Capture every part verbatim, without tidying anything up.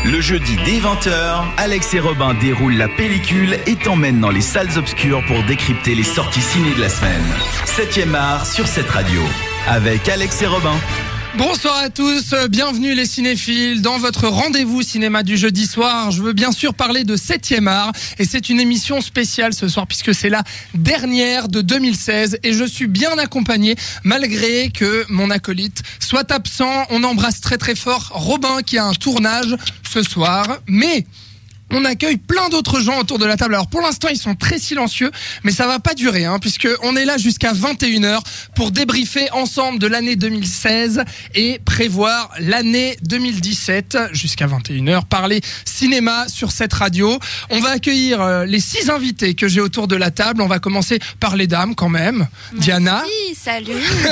Le jeudi dès vingt heures, Alex et Robin déroulent la pellicule et t'emmènent dans les salles obscures pour décrypter les sorties ciné de la semaine. septième art sur cette radio, avec Alex et Robin. Bonsoir à tous, bienvenue les cinéphiles dans votre rendez-vous cinéma du jeudi soir. Je veux bien sûr parler de septième art et c'est une émission spéciale ce soir puisque c'est la dernière de deux mille seize et je suis bien accompagné malgré que mon acolyte soit absent. On embrasse très très fort Robin qui a un tournage ce soir, mais on accueille plein d'autres gens autour de la table. Alors pour l'instant ils sont très silencieux, mais ça va pas durer hein, puisque on est là jusqu'à vingt et une heures pour débriefer ensemble de l'année deux mille seize et prévoir l'année deux mille dix-sept jusqu'à vingt et une heures. Parler cinéma sur cette radio. On va accueillir euh, les six invités que j'ai autour de la table. On va commencer par les dames quand même. Merci, Diana. Salut.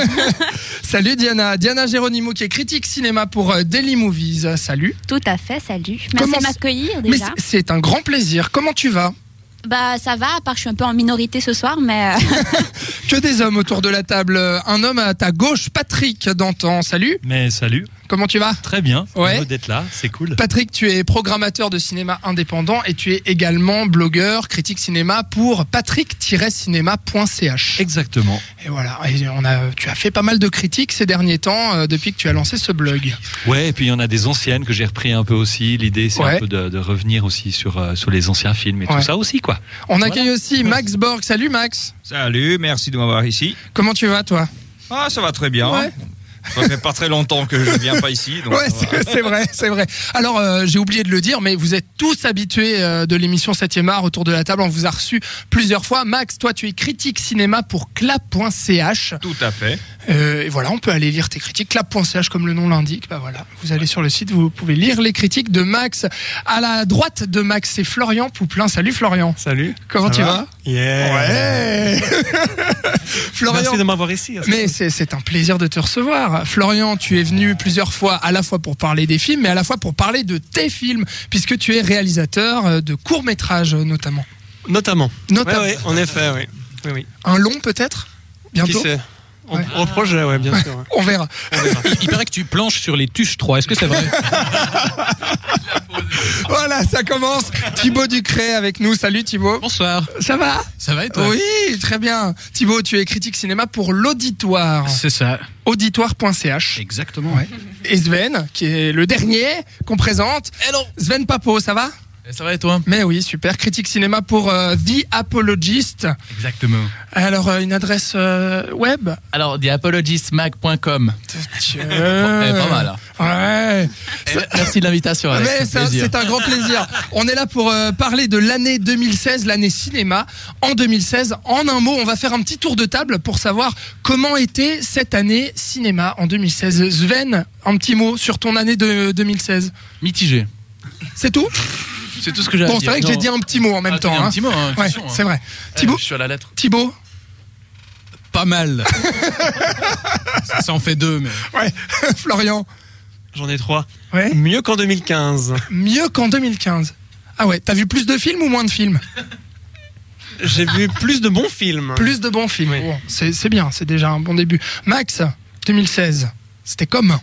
Salut Diana. Diana Géronimo qui est critique cinéma pour euh, Daily Movies. Salut. Tout à fait, salut. Merci Comment de m'accueillir déjà. Mais c'est un grand plaisir. Comment tu vas ? Bah ça va, à part que je suis un peu en minorité ce soir, mais... Que des hommes autour de la table. Un homme à ta gauche, Patrick Dantan. Salut. Mais salut. Comment tu vas ? Très bien. Ouais. Heureux d'être là, c'est cool. Patrick, tu es programmateur de cinéma indépendant et tu es également blogueur, critique cinéma pour patrick tiret cinéma point c h. Exactement. Et voilà, et on a, tu as fait pas mal de critiques ces derniers temps euh, depuis que tu as lancé ce blog. Ouais, et puis il y en a des anciennes que j'ai repris un peu aussi. L'idée, c'est Ouais. un peu de, de revenir aussi sur, euh, sur les anciens films et Ouais. tout ça aussi, quoi. On Voilà. accueille aussi Max Borg. Salut Max. Salut, merci de m'avoir ici. Comment tu vas toi ? Ah, ça va très bien. Ouais. Ça fait pas très longtemps que je viens pas ici. Donc Ouais, ça va. c'est, c'est vrai, c'est vrai. Alors, euh, j'ai oublié de le dire, mais vous êtes tous habitués euh, de l'émission septième art autour de la table. On vous a reçu plusieurs fois. Max, toi, tu es critique cinéma pour clap point c h. Tout à fait. Euh, et voilà, on peut aller lire tes critiques. clap point c h, comme le nom l'indique. Bah voilà, vous allez sur le site, vous pouvez lire les critiques de Max. À la droite de Max, c'est Florian Pouplin. Salut Florian. Salut. Comment Ça tu va vas ? Yeah. Ouais. Florian. Merci de m'avoir ici. Mais c'est, c'est un plaisir de te recevoir. Florian, tu es venu plusieurs fois à la fois pour parler des films, mais à la fois pour parler de tes films, puisque tu es réalisateur de courts-métrages notamment. Notamment. Notamment. Ouais, ouais, en effet, oui. Oui, oui. Un long peut-être ? Bientôt ? Qui sait en, Ouais. en projet, ouais, bien sûr. Ouais. On verra. On verra. Il, il paraît que tu planches sur les Tuches trois, est-ce que c'est vrai ? Voilà, ça commence. Thibaut Ducret avec nous. Salut Thibaut. Bonsoir. Ça va ? Ça va et toi ? Oui, très bien. Thibaut, tu es critique cinéma pour l'Auditoire. C'est ça. auditoire point c h. Exactement. Ouais. Et Sven, qui est le dernier qu'on présente. Hello. Sven Papo, ça va ? Ça va et toi ? Mais oui, super. Critique cinéma pour euh, The Apologist. Exactement. Alors, euh, une adresse euh, web. Alors, the apologist mag point com. Tiens. Eh, pas mal. Hein. Ouais. Eh, merci de l'invitation, Alex. Mais c'est un c'est un, plaisir. c'est un grand plaisir. On est là pour euh, parler de l'année deux mille seize, l'année cinéma. En deux mille seize, en un mot, on va faire un petit tour de table pour savoir comment était cette année cinéma en deux mille seize. Sven, un petit mot sur ton année de deux mille seize. Mitigé. C'est tout ? C'est tout ce que j'ai à Bon, dire. c'est vrai que Non. j'ai dit un petit mot en même Ah, t'as temps. dit un hein. petit mot, hein, Ouais, attention, hein. c'est vrai. Eh, Thibaut, je suis à la lettre. Thibaut. Pas mal. ça, ça en fait deux, mais... Ouais. Florian. J'en ai trois. Ouais. Mieux qu'en deux mille quinze. Mieux qu'en deux mille quinze. Ah ouais, t'as vu plus de films ou moins de films ? J'ai vu plus de bons films. Plus de bons films. Oui. Bon, c'est, c'est bien, c'est déjà un bon début. Max, deux mille seize, c'était comme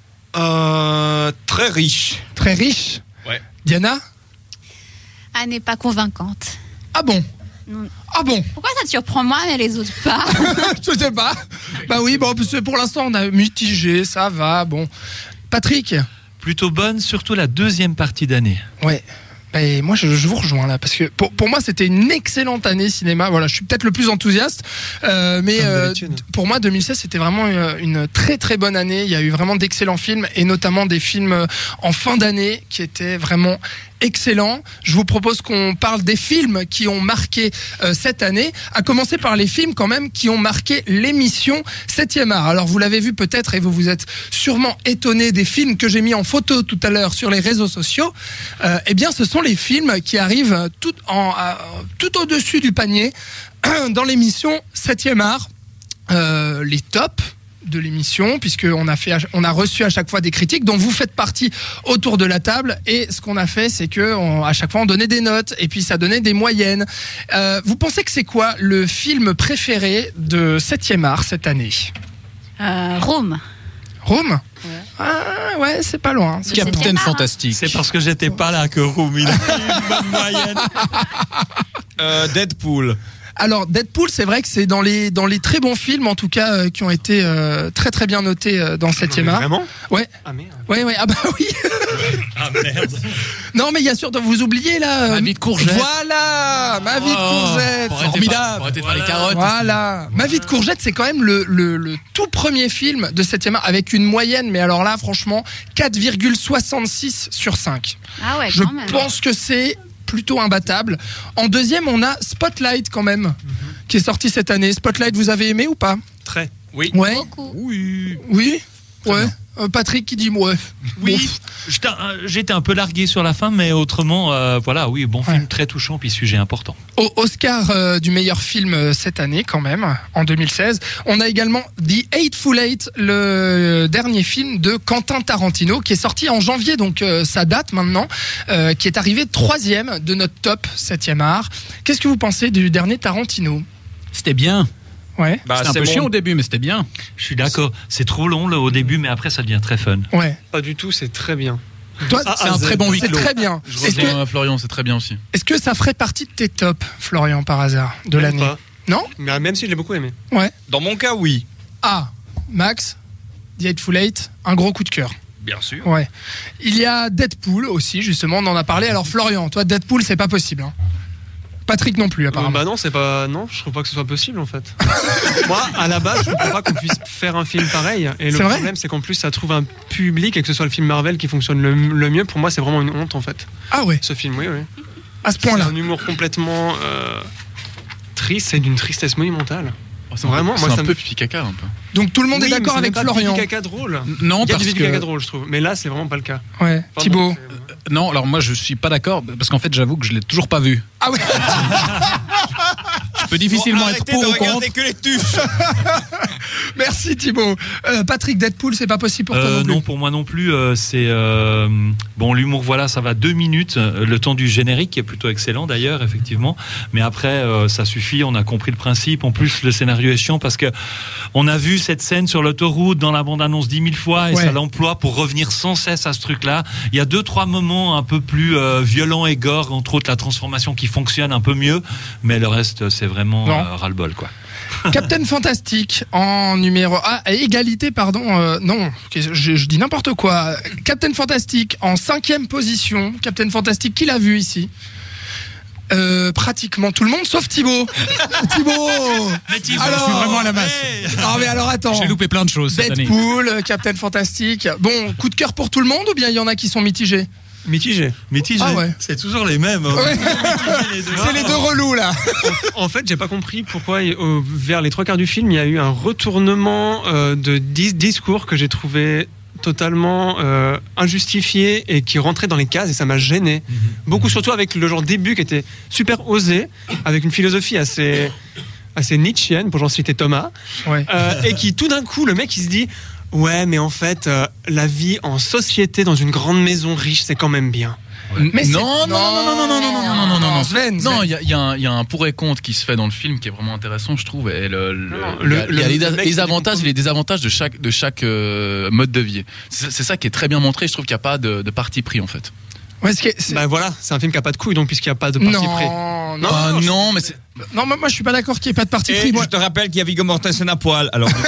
Euh, très riche. très riche. Ouais. Diana ? Ah, n'est pas convaincante. Ah bon ? Non. Ah bon ? Pourquoi ça te surprend moi, mais les autres pas ? Je sais pas. Bah oui, bon, parce que pour l'instant, on a mitigé, ça va, bon. Patrick ? Plutôt bonne, surtout la deuxième partie d'année. Ouais. Et moi, je, je vous rejoins là, parce que pour, pour moi, c'était une excellente année cinéma. Voilà, je suis peut-être le plus enthousiaste, euh, mais Comme euh, d'habitude. pour moi, deux mille seize, c'était vraiment une, une très très bonne année. Il y a eu vraiment d'excellents films, et notamment des films en fin d'année qui étaient vraiment excellents. Je vous propose qu'on parle des films qui ont marqué euh, cette année, à commencer par les films quand même qui ont marqué l'émission septième art. Alors vous l'avez vu peut-être et vous vous êtes sûrement étonné des films que j'ai mis en photo tout à l'heure sur les réseaux sociaux. Euh, eh bien ce sont les films qui arrivent tout, en, à, tout au-dessus du panier dans l'émission septième art. Euh, les tops de l'émission, puisqu'on a fait, on a reçu à chaque fois des critiques dont vous faites partie autour de la table, et ce qu'on a fait, c'est que on, à chaque fois on donnait des notes et puis ça donnait des moyennes. Euh, vous pensez que c'est quoi le film préféré de septième art cette année ? euh, Rome. Rome. Ah ouais, c'est pas loin. C'est Captain Captain marrant. Fantastique. C'est parce que j'étais pas là que Room, il a eu une bonne moyenne. Euh, Deadpool. Alors Deadpool, c'est vrai que c'est dans les dans les très bons films en tout cas euh, qui ont été euh, très très bien notés euh, dans septième art. Vraiment Ouais. Ah merde. Ouais ouais, ah bah oui. Ah merde. Non mais il y a surtout vous oubliez là. euh, Ma vie de courgette. Voilà, ma vie de courgette. Pour arrêter de faire- pour arrêter de faire les carottes. Voilà, Ma vie de courgette, c'est quand même le, le, le tout premier film de septième art avec une moyenne, mais alors là, franchement, quatre virgule soixante-six sur cinq. Ah ouais, Je quand même. pense que c'est plutôt imbattable. En deuxième, on a Spotlight quand même, qui est sorti cette année. Spotlight, vous avez aimé ou pas? Très. Oui. Ouais. Beaucoup. Oui. Oui. Ouais. Euh, Patrick qui dit ouais. Oui, Bon. j'étais un- j'étais un peu largué sur la fin, mais autrement, euh, voilà, oui, bon Ouais. film très touchant, puis sujet important. Au Oscar euh, du meilleur film euh, cette année quand même, en deux mille seize. On a également The Hateful Eight, le dernier film de Quentin Tarantino, qui est sorti en janvier, donc euh, ça date maintenant, euh, qui est arrivé troisième de notre top septième art. Qu'est-ce que vous pensez du dernier Tarantino? C'était bien. Ouais, Bah, C'était un c'est peu bon. chiant au début, mais c'était bien. Je suis d'accord, c'est trop long là, au début, mais après ça devient très fun. ouais. Pas du tout, c'est très bien. Toi, Ah, C'est un ah, très bon huis c'est clos. très bien. Je Est-ce que, rejoins Florian, c'est très bien aussi. est-ce que ça ferait partie de tes tops, Florian, par hasard, de Même l'année? pas. Non? Mais même si je l'ai beaucoup aimé. Dans mon cas, oui. Ah, Max, The Hateful Eight, un gros coup de cœur. Bien sûr. Ouais. Il y a Deadpool aussi, justement, on en a parlé. Alors Florian, toi, Deadpool, c'est pas possible. Hein. Patrick non plus, Euh, apparemment. bah non, c'est pas. Non, je trouve pas que ce soit possible en fait. Moi, à la base, je ne comprends pas qu'on puisse faire un film pareil. Et le C'est vrai problème, c'est qu'en plus, ça trouve un public et que ce soit le film Marvel qui fonctionne le, le mieux. Pour moi, c'est vraiment une honte en fait. Ah ouais, Ce film, oui, oui. à ce C'est point-là. un humour complètement euh, triste, c'est d'une tristesse monumentale. Oh, c'est Vraiment, un peu, moi, c'est ça un me- peu pipi caca un peu. Donc tout le monde Oui, est mais d'accord c'est avec même pas Florian. du pipi caca drôle. Non, Il y a parce du pipi caca que drôle, je trouve. Mais là, c'est vraiment pas le cas. Ouais, Enfin, Thibaut. bon, c'est- non. Alors moi, je suis pas d'accord parce qu'en fait, j'avoue que je l'ai toujours pas vu. Ah ouais. Je peux difficilement être pour ou contre. que les tuches. Merci Thibaut. Euh, Patrick, Deadpool, c'est pas possible pour toi Euh, non plus. non, pour moi non plus. euh, c'est euh, bon, l'humour, voilà, ça va deux minutes. euh, Le temps du générique qui est plutôt excellent d'ailleurs, effectivement. Mais après, euh, ça suffit. On a compris le principe. En plus, le scénario est chiant parce que on a vu cette scène sur l'autoroute dans la bande-annonce dix mille fois et Ouais. ça l'emploie pour revenir sans cesse à ce truc-là. Il y a deux, trois moments un peu plus euh, violents et gore, entre autres la transformation qui fonctionne un peu mieux, mais le reste, c'est vraiment Non. euh, ras-le-bol, quoi. Captain Fantastic en numéro ah, à égalité pardon euh, non je, je dis n'importe quoi. Captain Fantastic en cinquième position. Captain Fantastic, qui l'a vu ici? Euh, pratiquement tout le monde sauf Thibaut. Thibaut. Alors, je suis vraiment à la masse. Non mais alors attends. J'ai loupé plein de choses cette année. Deadpool, euh, Captain Fantastic. Bon, coup de cœur pour tout le monde ou bien il y en a qui sont mitigés? Mitigé. Mitigé, Ah ouais. c'est toujours les mêmes. hein. Ouais. les deux. C'est les deux relous là. En fait, j'ai pas compris pourquoi, euh, vers les trois quarts du film, il y a eu un retournement euh, de dis- discours que j'ai trouvé totalement euh, injustifié et qui rentrait dans les cases et ça m'a gêné. Beaucoup, surtout avec le genre début qui était super osé, avec une philosophie assez, assez nietzschéenne, pour j'en citer Thomas, Ouais. euh, et qui tout d'un coup, le mec il se dit ouais, mais en fait, euh, la vie en société dans une grande maison riche, c'est quand même bien. Mais c'est- non, non, non, non, non, non, non, non, non, non, non, non. Sven, Sven. Non, il y, a- il y a un- il y a un pour et contre qui se fait dans le film qui est vraiment intéressant, je trouve. Et le, le- Non, il y a, le- il y a le- les, le mec, les il avantages découvre- et les désavantages de chaque, de chaque euh, mode de vie. C'est c'est ça qui est très bien montré. Je trouve qu'il n'y a pas de, de parti pris en fait. Ouais, ce qui est- c'est- Bah voilà, c'est un film qui a pas de couilles, donc puisqu'il n'y a pas de parti pris. non, non, Ah non, je- non, mais c'est. non, moi moi, je suis pas d'accord qu'il n'y ait pas de parti Et pris. Moi- je te rappelle qu'il y a Viggo Mortensen à poil. Alors, du coup,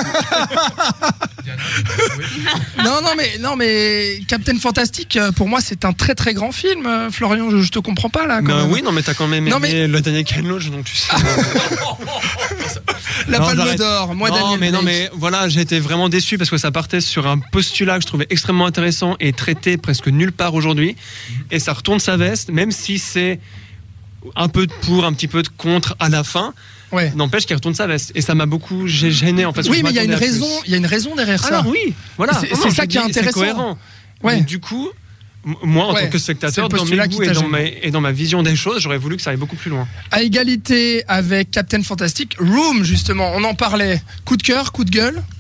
Non, non, mais, non, mais Captain Fantastic, euh, pour moi, c'est un très très grand film, euh, Florian. Je, je te comprends pas là. Quand Ben même. oui, non, mais t'as quand même Non, aimé mais- le dernier Ken Loach, donc tu sais. La Non, Palme j'arrête. d'Or, moi, non, Daniel mais non, Blake. mais voilà, j'ai été vraiment déçu parce que ça partait sur un postulat que je trouvais extrêmement intéressant et traité presque nulle part aujourd'hui. Et ça retourne sa veste, même si c'est un peu de pour, un petit peu de contre à la fin. Ouais. N'empêche qu'il retourne sa veste. Et ça m'a beaucoup j'ai gêné en fait. parce Oui, que mais je il y a une m'attendais à raison, plus. il y a une raison derrière ça. Alors oui, voilà. C'est- Non, c'est non, ça je qui est dis, intéressant. cohérent. Ouais. Mais du coup, m- moi, en Ouais, tant que c'est spectateur, le dans postulat mes qui goûts et t'a dans, gêné. ma, et dans ma vision des choses, j'aurais voulu que ça aille beaucoup plus loin. À égalité avec Captain Fantastic, Room, justement, on en parlait. Coup de cœur, coup de gueule.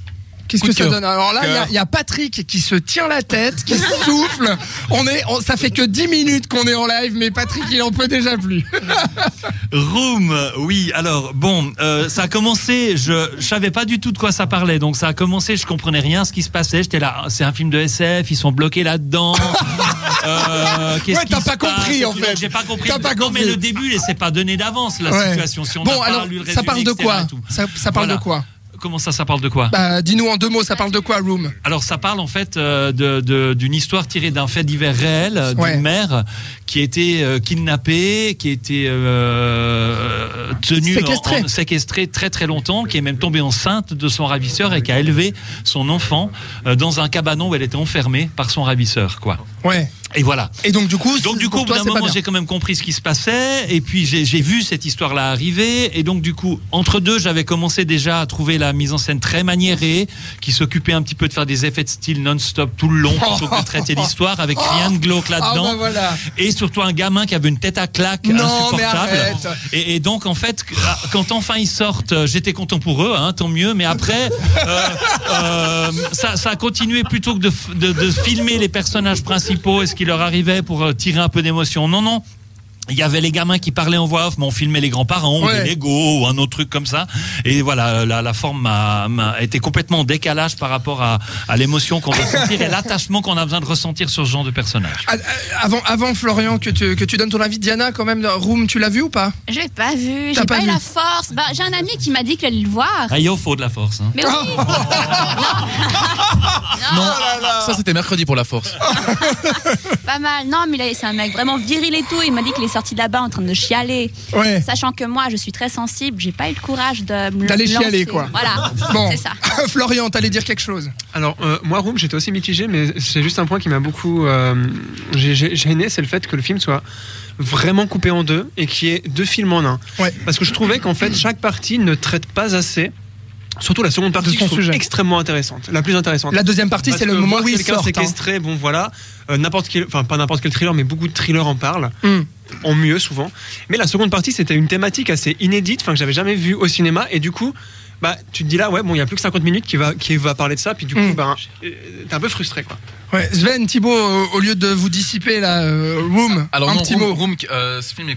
Qu'est-ce Coup que de ça cœur. donne? Alors là, il y a- il y, a Patrick qui se tient la tête, qui souffle. On est, on- ça fait que dix minutes qu'on est en live, mais Patrick, il en peut déjà plus. Room, oui. Alors bon, euh, ça a commencé. Je, je savais pas du tout de quoi ça parlait. Donc ça a commencé. Je comprenais rien à ce qui se passait. J'étais là. C'est un film de S F. Ils sont bloqués là-dedans. Euh, qu'est-ce Ouais, qui t'as se pas passe compris, en Et puis, fait. J'ai pas compris. T'as pas non, compris. mais le début, et c'est pas donné d'avance la Ouais. situation. Si on Bon, n'a alors, pas lu le ça résumé, parle de et cetera quoi? et tout. ça, ça parle Voilà. de quoi? Comment ça, ça parle de quoi? Bah, dis-nous en deux mots, ça parle de quoi, Room? Alors ça parle en fait euh, de, de- d'une histoire tirée d'un fait divers réel euh, d'une Ouais. mère qui a été euh, kidnappée, qui a été euh, tenue Séquestrée. en- en- séquestrée très très longtemps, qui est même tombée enceinte de son ravisseur et qui a élevé son enfant euh, dans un cabanon où elle était enfermée par son ravisseur, quoi. Ouais. Et voilà. Et donc, du coup, Donc du coup, pour au bout toi, d'un c'est pas moment, bien. j'ai quand même compris ce qui se passait, et puis j'ai, j'ai vu cette histoire-là arriver, et donc du coup, entre deux, j'avais commencé déjà à trouver la mise en scène très maniérée, qui s'occupait un petit peu de faire des effets de style non-stop tout le long, plutôt que de traiter l'histoire avec rien de glauque Ah, là-dedans, bah voilà. et surtout un gamin qui avait une tête à claque Non, insupportable. mais arrête. Et, et donc en fait, quand enfin ils sortent, j'étais content pour eux, hein, tant mieux, mais après, euh, euh, ça, ça a continué plutôt que de, f- de, de filmer les personnages principaux et ce qui leur arrivait pour euh, tirer un peu d'émotion. Non, non. Il y avait les gamins qui parlaient en voix off, mais on filmait les grands-parents, ou Ouais. des Lego, ou un autre truc comme ça. Et voilà, la, la forme m'a, m'a été complètement en décalage par rapport à, à l'émotion qu'on doit sentir et l'attachement qu'on a besoin de ressentir sur ce genre de personnage. Ah, ah, Avant, avant Florian, que tu, que tu donnes ton avis, Diana, quand même, Room, tu l'as vu ou pas? Je l'ai pas vu, T'as j'ai pas pas, eu vu la force. Bah, j'ai un ami qui m'a dit qu'il allait le voir. Ah, il faut de la force. Hein. Mais oui. non, Non, ça c'était mercredi pour la force. pas mal. Non, mais il a- c'est un mec vraiment viril et tout. Il m'a dit qu'il est sorti de là-bas en train de chialer. Ouais. Sachant que moi, je suis très sensible, j'ai pas eu le courage de me D'aller me chialer, lancer. quoi. Voilà, Bon. c'est ça. Florian, t'allais dire quelque chose? Alors, euh, moi, Room, j'étais aussi mitigé, mais c'est juste un point qui m'a beaucoup euh, j'ai- j'ai- gêné, c'est le fait que le film soit vraiment coupé en deux et qu'il y ait deux films en un. Ouais. Parce que je trouvais qu'en fait, chaque partie ne traite pas assez, surtout la seconde partie, De son que je trouve sujet. extrêmement intéressante, la plus intéressante. La deuxième partie, Parce c'est le que moment voir où il quelqu'un sort. Hein. séquestré, bon voilà, euh, n'importe quel, enfin pas n'importe quel thriller, mais beaucoup de thrillers en parlent, Hmm. en mieux souvent. Mais la seconde partie, c'était une thématique assez inédite, enfin que j'avais jamais vue au cinéma, et du coup, bah tu te dis là, ouais, bon, il y a plus que cinquante minutes qui va qui va parler de ça, puis du coup, Mm. ben, euh, t'es un peu frustré, quoi. Ouais. Sven, Thibaut, au, au lieu de vous dissiper, là, euh, Room, Alors un non, petit Room, mot. Room, euh, ce film est,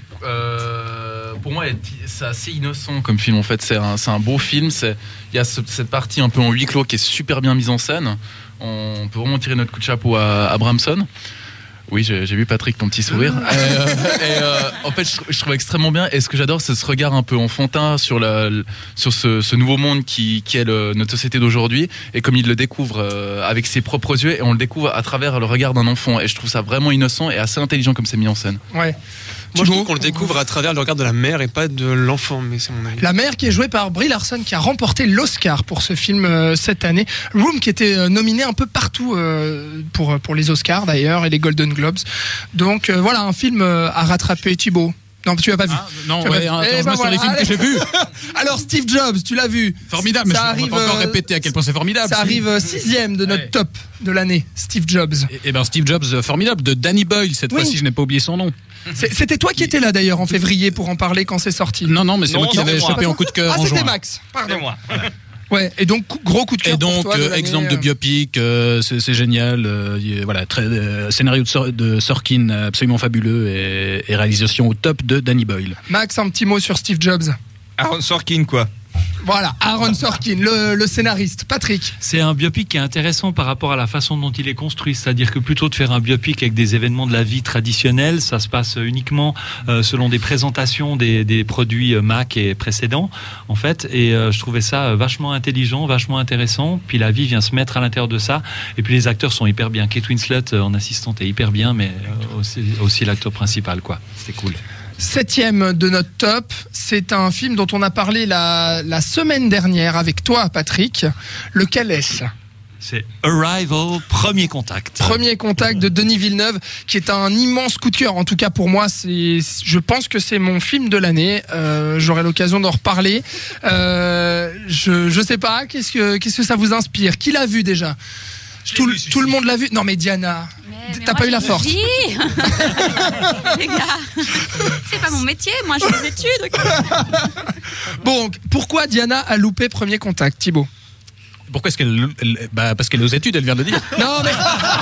euh, pour moi, est- c'est assez innocent comme film. En fait, c'est un, c'est un beau film. C'est, il y a ce- cette partie un peu en huis clos qui est super bien mise en scène. On peut vraiment tirer notre coup de chapeau à Abramson. Oui, j'ai, j'ai vu Patrick, ton petit sourire. Et, euh, et, euh, en fait, je, je trouve extrêmement bien. Et ce que j'adore, c'est ce regard un peu enfantin sur, la, sur ce, ce nouveau monde qui, qui est le, notre société d'aujourd'hui. Et comme il le découvre euh, avec ses propres yeux, et on le découvre à travers le regard d'un enfant. Et je trouve ça vraiment innocent et assez intelligent comme c'est mis en scène. Ouais. Moi, je Thibaut, trouve qu'on le découvre à travers le regard de la mère et pas de l'enfant, mais c'est mon avis. La mère qui est jouée par Brie Larson, qui a remporté l'Oscar pour ce film euh, cette année. Room qui était euh, nominé un peu partout euh, pour, pour les Oscars d'ailleurs et les Golden Globes. Donc euh, voilà un film euh, à rattraper. Thibaut. Non, tu l'as pas vu. Ah, non, Tu l'as ouais, pas vu. attends, Eh je ben me sur les voilà, films que j'ai vus. Alors Steve Jobs, tu l'as vu. Formidable, mais Ça je ne arrive, peux pas encore euh, répéter à quel point c'est formidable. Ça Si. arrive euh, sixième de notre Ouais. top de l'année. Steve Jobs. Et, et ben Steve Jobs, euh, formidable, de Danny Boyle. Cette Oui. fois-ci, je n'ai pas oublié son nom. C'est- C'était toi qui étais là d'ailleurs en février pour en parler quand c'est sorti. Non, non, mais c'est Non, moi qui non, l'avais moi. chopé en coup de cœur Ah, en c'était juin. Max. Pardon. C'est moi. Ouais. Et donc coup- gros coup de cœur Et donc, pour toi de euh, l'année, exemple de euh. biopic, euh, c'est c'est génial. euh, y- voilà, très, euh, scénario de, Sor- de Sorkin absolument fabuleux et, et réalisation au top de Danny Boyle. Max, un petit mot sur Steve Jobs. Aaron Sorkin, quoi. Voilà, Aaron Sorkin, le, le scénariste. Patrick. C'est un biopic qui est intéressant par rapport à la façon dont il est construit. C'est-à-dire que plutôt de faire un biopic avec des événements de la vie traditionnelle, ça se passe uniquement euh, selon des présentations des, des produits euh, Mac et précédents, en fait. Et euh, je trouvais ça vachement intelligent, vachement intéressant. Puis la vie vient se mettre à l'intérieur de ça. Et puis les acteurs sont hyper bien. Kate Winslet euh, en assistante est hyper bien, mais euh, aussi, aussi l'acteur principal, quoi. C'était cool. Septième de notre top, c'est un film dont on a parlé la, la semaine dernière avec toi, Patrick. Lequel est-ce ? C'est Arrival, Premier Contact. Premier contact de Denis Villeneuve, qui est un immense coup de cœur. En tout cas, pour moi, c'est, je pense que c'est mon film de l'année. Euh, j'aurai l'occasion d'en reparler. Euh, je, je sais pas. Qu'est-ce que, qu'est-ce que ça vous inspire ? Qui l'a vu déjà ? Tout, le- tout le monde l'a vu. Non, mais Diana, Mais- mais t'as moi, pas eu je la le force. vis. Les gars, c'est pas mon métier, moi je fais des études. Bon, pourquoi Diana a loupé Premier contact, Thibaut ? Pourquoi est-ce qu'elle... elle- bah, parce qu'elle est aux études, elle vient de le dire. Non, mais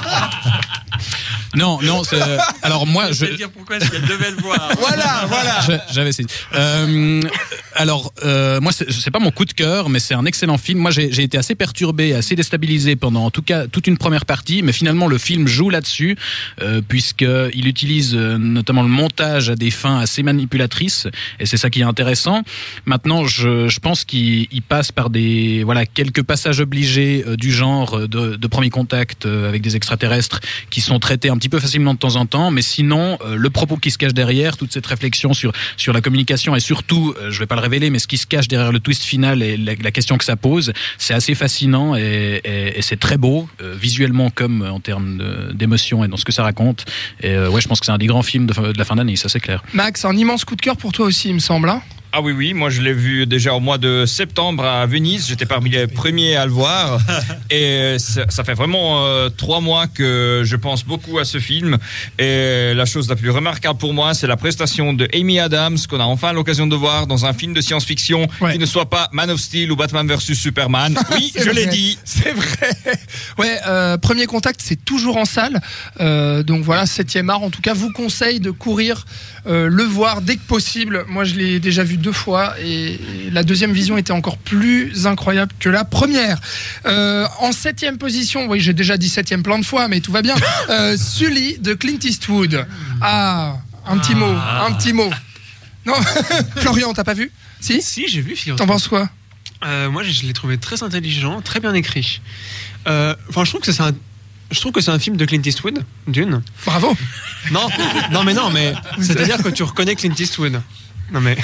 Non, non, c'est... Alors moi, je... Je vais dire pourquoi est-ce qu'elle devait le voir. Voilà, voilà. Je- J'avais essayé. Euh, alors, euh, moi, c'est, c'est pas mon coup de cœur, mais c'est un excellent film. Moi, j'ai, j'ai été assez perturbé, assez déstabilisé pendant, en tout cas, toute une première partie, mais finalement, le film joue là-dessus, euh, puisqu'il utilise euh, notamment le montage à des fins assez manipulatrices, et c'est ça qui est intéressant. Maintenant, je, je pense qu'il il passe par des, voilà, quelques passages obligés euh, du genre euh, de, de premier contact euh, avec des extraterrestres qui sont traités un petit peu facilement de temps en temps, mais sinon, euh, le propos qui se cache derrière, toute cette réflexion sur sur la communication et surtout, euh, je vais pas le révéler, mais ce qui se cache derrière le twist final et la, la question que ça pose, c'est assez fascinant et, et, et c'est très beau, euh, visuellement comme en termes de, d'émotion et dans ce que ça raconte. Et euh, ouais, je pense que c'est un des grands films de, de la fin d'année, ça c'est clair. Max, un immense coup de cœur pour toi aussi, il me semble. Hein. Ah oui, oui, moi je l'ai vu déjà au mois de septembre à Venise, j'étais parmi les premiers à le voir et ça, ça fait vraiment euh, trois mois que je pense beaucoup à ce film et la chose la plus remarquable pour moi c'est la prestation de Amy Adams qu'on a enfin l'occasion de voir dans un film de science-fiction Ouais. qui ne soit pas Man of Steel ou Batman versus Superman. Oui, C'est je l'ai vrai. dit. C'est vrai. Ouais, euh, Premier Contact, c'est toujours en salle. Euh, donc voilà, septième art, en tout cas, vous conseille de courir euh, le voir dès que possible. Moi, je l'ai déjà vu deux fois et la deuxième vision était encore plus incroyable que la première. Euh, en septième position, oui, j'ai déjà dit septième plein de fois, mais tout va bien. Euh, Sully de Clint Eastwood. Ah, un petit mot, un petit mot. Non, Florian, t'as pas vu? Si? Si, j'ai vu, figure. T'en penses quoi? Euh, moi, je, je l'ai trouvé très intelligent, très bien écrit. Euh, Enfin, je trouve que c'est un. Je trouve que c'est un film de Clint Eastwood, d'une. Bravo. Non, non, mais non, mais c'est-à-dire que tu reconnais Clint Eastwood. Non mais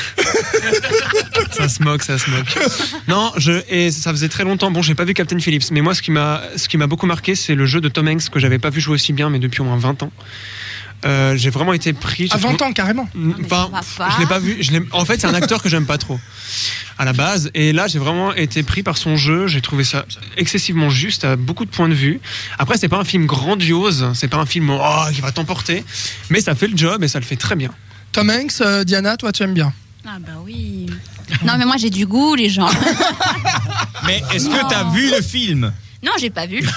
ça se moque, ça se moque. Non, je et ça faisait très longtemps. Bon, j'ai pas vu Captain Phillips, mais moi, ce qui m'a, ce qui m'a beaucoup marqué, c'est le jeu de Tom Hanks que j'avais pas vu jouer aussi bien, mais depuis au moins vingt ans. Euh, j'ai vraiment été pris. À vingt ans, carrément. Enfin, ça va pas. je l'ai pas vu. Je l'ai... En fait, c'est un acteur que j'aime pas trop à la base. Et là, j'ai vraiment été pris par son jeu. J'ai trouvé ça excessivement juste à beaucoup de points de vue. Après, c'est pas un film grandiose. C'est pas un film oh, qui va t'emporter. Mais ça fait le job et ça le fait très bien. Tom Hanks, euh, Diana, toi, tu aimes bien? Ah bah oui. Non mais moi j'ai du goût les gens. Mais est-ce que t'as vu le film? Non, j'ai pas vu.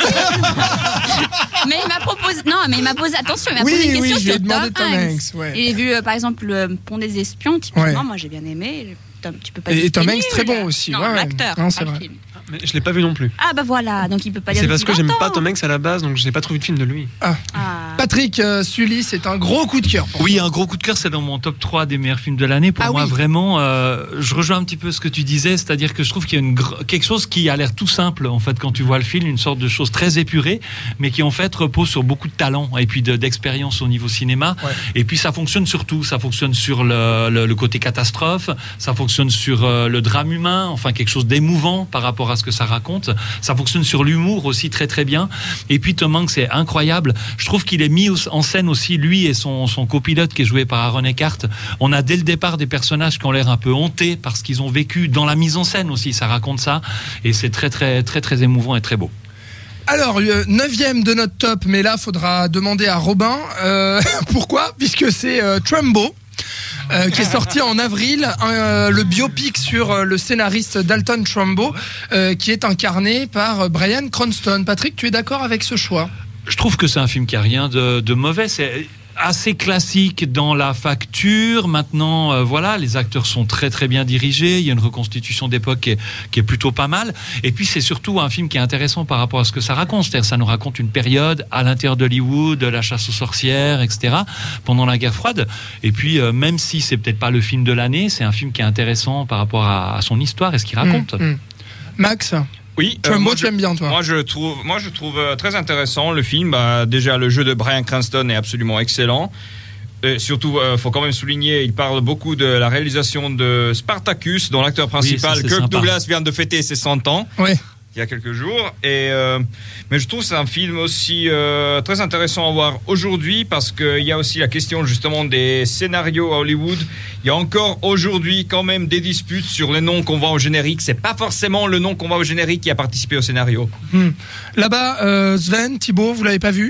Mais il m'a proposé. Non, mais il m'a posé. Attention, il m'a Oui, posé une oui, question je lui ai sur demandé Tom Tom Hanks. Hanks, ouais. Et j'ai vu euh, par exemple le Pont des Espions. Typiquement, Ouais. moi j'ai bien aimé. Tom, tu peux pas Et dire Tom qu'il est Hanks, très nul. bon aussi. Non, Ouais, ouais. l'acteur, Non, c'est pas le vrai. film. Mais je l'ai pas vu non plus. Ah bah voilà, donc il peut pas dire. C'est parce que depuis j'aime vingt pas ans. Tom Hanks à la base, donc je n'ai pas trouvé de film de lui. Ah. Patrick, euh, Sully, c'est un gros coup de cœur. pour Oui, un gros coup de cœur, c'est dans mon top trois des meilleurs films de l'année. Pour Ah moi, oui. vraiment, euh, je rejoins un petit peu ce que tu disais, c'est-à-dire que je trouve qu'il y a une gr- quelque chose qui a l'air tout simple, en fait, quand tu vois le film, une sorte de chose très épurée, mais qui, en fait, repose sur beaucoup de talent et puis de- d'expérience au niveau cinéma. Ouais. Et puis, ça fonctionne sur tout. Ça fonctionne sur le, le- le côté catastrophe, ça fonctionne sur euh, le drame humain, enfin, quelque chose d'émouvant par rapport à ce que ça raconte. Ça fonctionne sur l'humour aussi très, très bien. Et puis, Tom Hanks, c'est incroyable. Je trouve qu'il est mis au- en scène aussi, lui et son, son copilote qui est joué par Aaron Eckhart. On a dès le départ des personnages qui ont l'air un peu hantés parce qu'ils ont vécu dans la mise en scène aussi, ça raconte ça et c'est très très très très émouvant et très beau. Alors, euh, neuvième de notre top, mais là, faudra demander à Robin. Euh, pourquoi? Puisque c'est euh, Trumbo. Euh, qui est sorti en avril, euh, le biopic sur euh, le scénariste Dalton Trumbo, euh, qui est incarné par euh, Bryan Cranston. Patrick, tu es d'accord avec ce choix? Je trouve que c'est un film qui a rien de, de mauvais, c'est assez classique dans la facture. Maintenant, euh, voilà, les acteurs sont très très bien dirigés. Il y a une reconstitution d'époque qui est, qui est plutôt pas mal. Et puis c'est surtout un film qui est intéressant par rapport à ce que ça raconte. C'est-à-dire, ça nous raconte une période à l'intérieur d'Hollywood, la chasse aux sorcières, et cetera. Pendant la guerre froide. Et puis, euh, même si c'est peut-être pas le film de l'année, c'est un film qui est intéressant par rapport à, à son histoire et ce qu'il raconte. Mmh, mmh. Max, Oui, euh, Trumbo, moi, tu je- aimes bien, toi? Moi, je trouve, moi, je trouve euh, très intéressant le film. Bah, déjà, le jeu de Bryan Cranston est absolument excellent. Et surtout, il faut quand même souligner, il parle beaucoup de la réalisation de Spartacus, dont l'acteur principal, ça, c'est Kirk sympa. Douglas, vient de fêter ses cent ans. Ouais. Il y a quelques jours. Et, euh, mais je trouve que c'est un film aussi euh, très intéressant à voir aujourd'hui parce qu'il y a aussi la question justement des scénarios à Hollywood. Il y a encore aujourd'hui quand même des disputes sur les noms qu'on voit au générique. C'est pas forcément le nom qu'on voit au générique qui a participé au scénario. Mmh. Là-bas, euh, Sven, Thibaut, vous l'avez pas vu?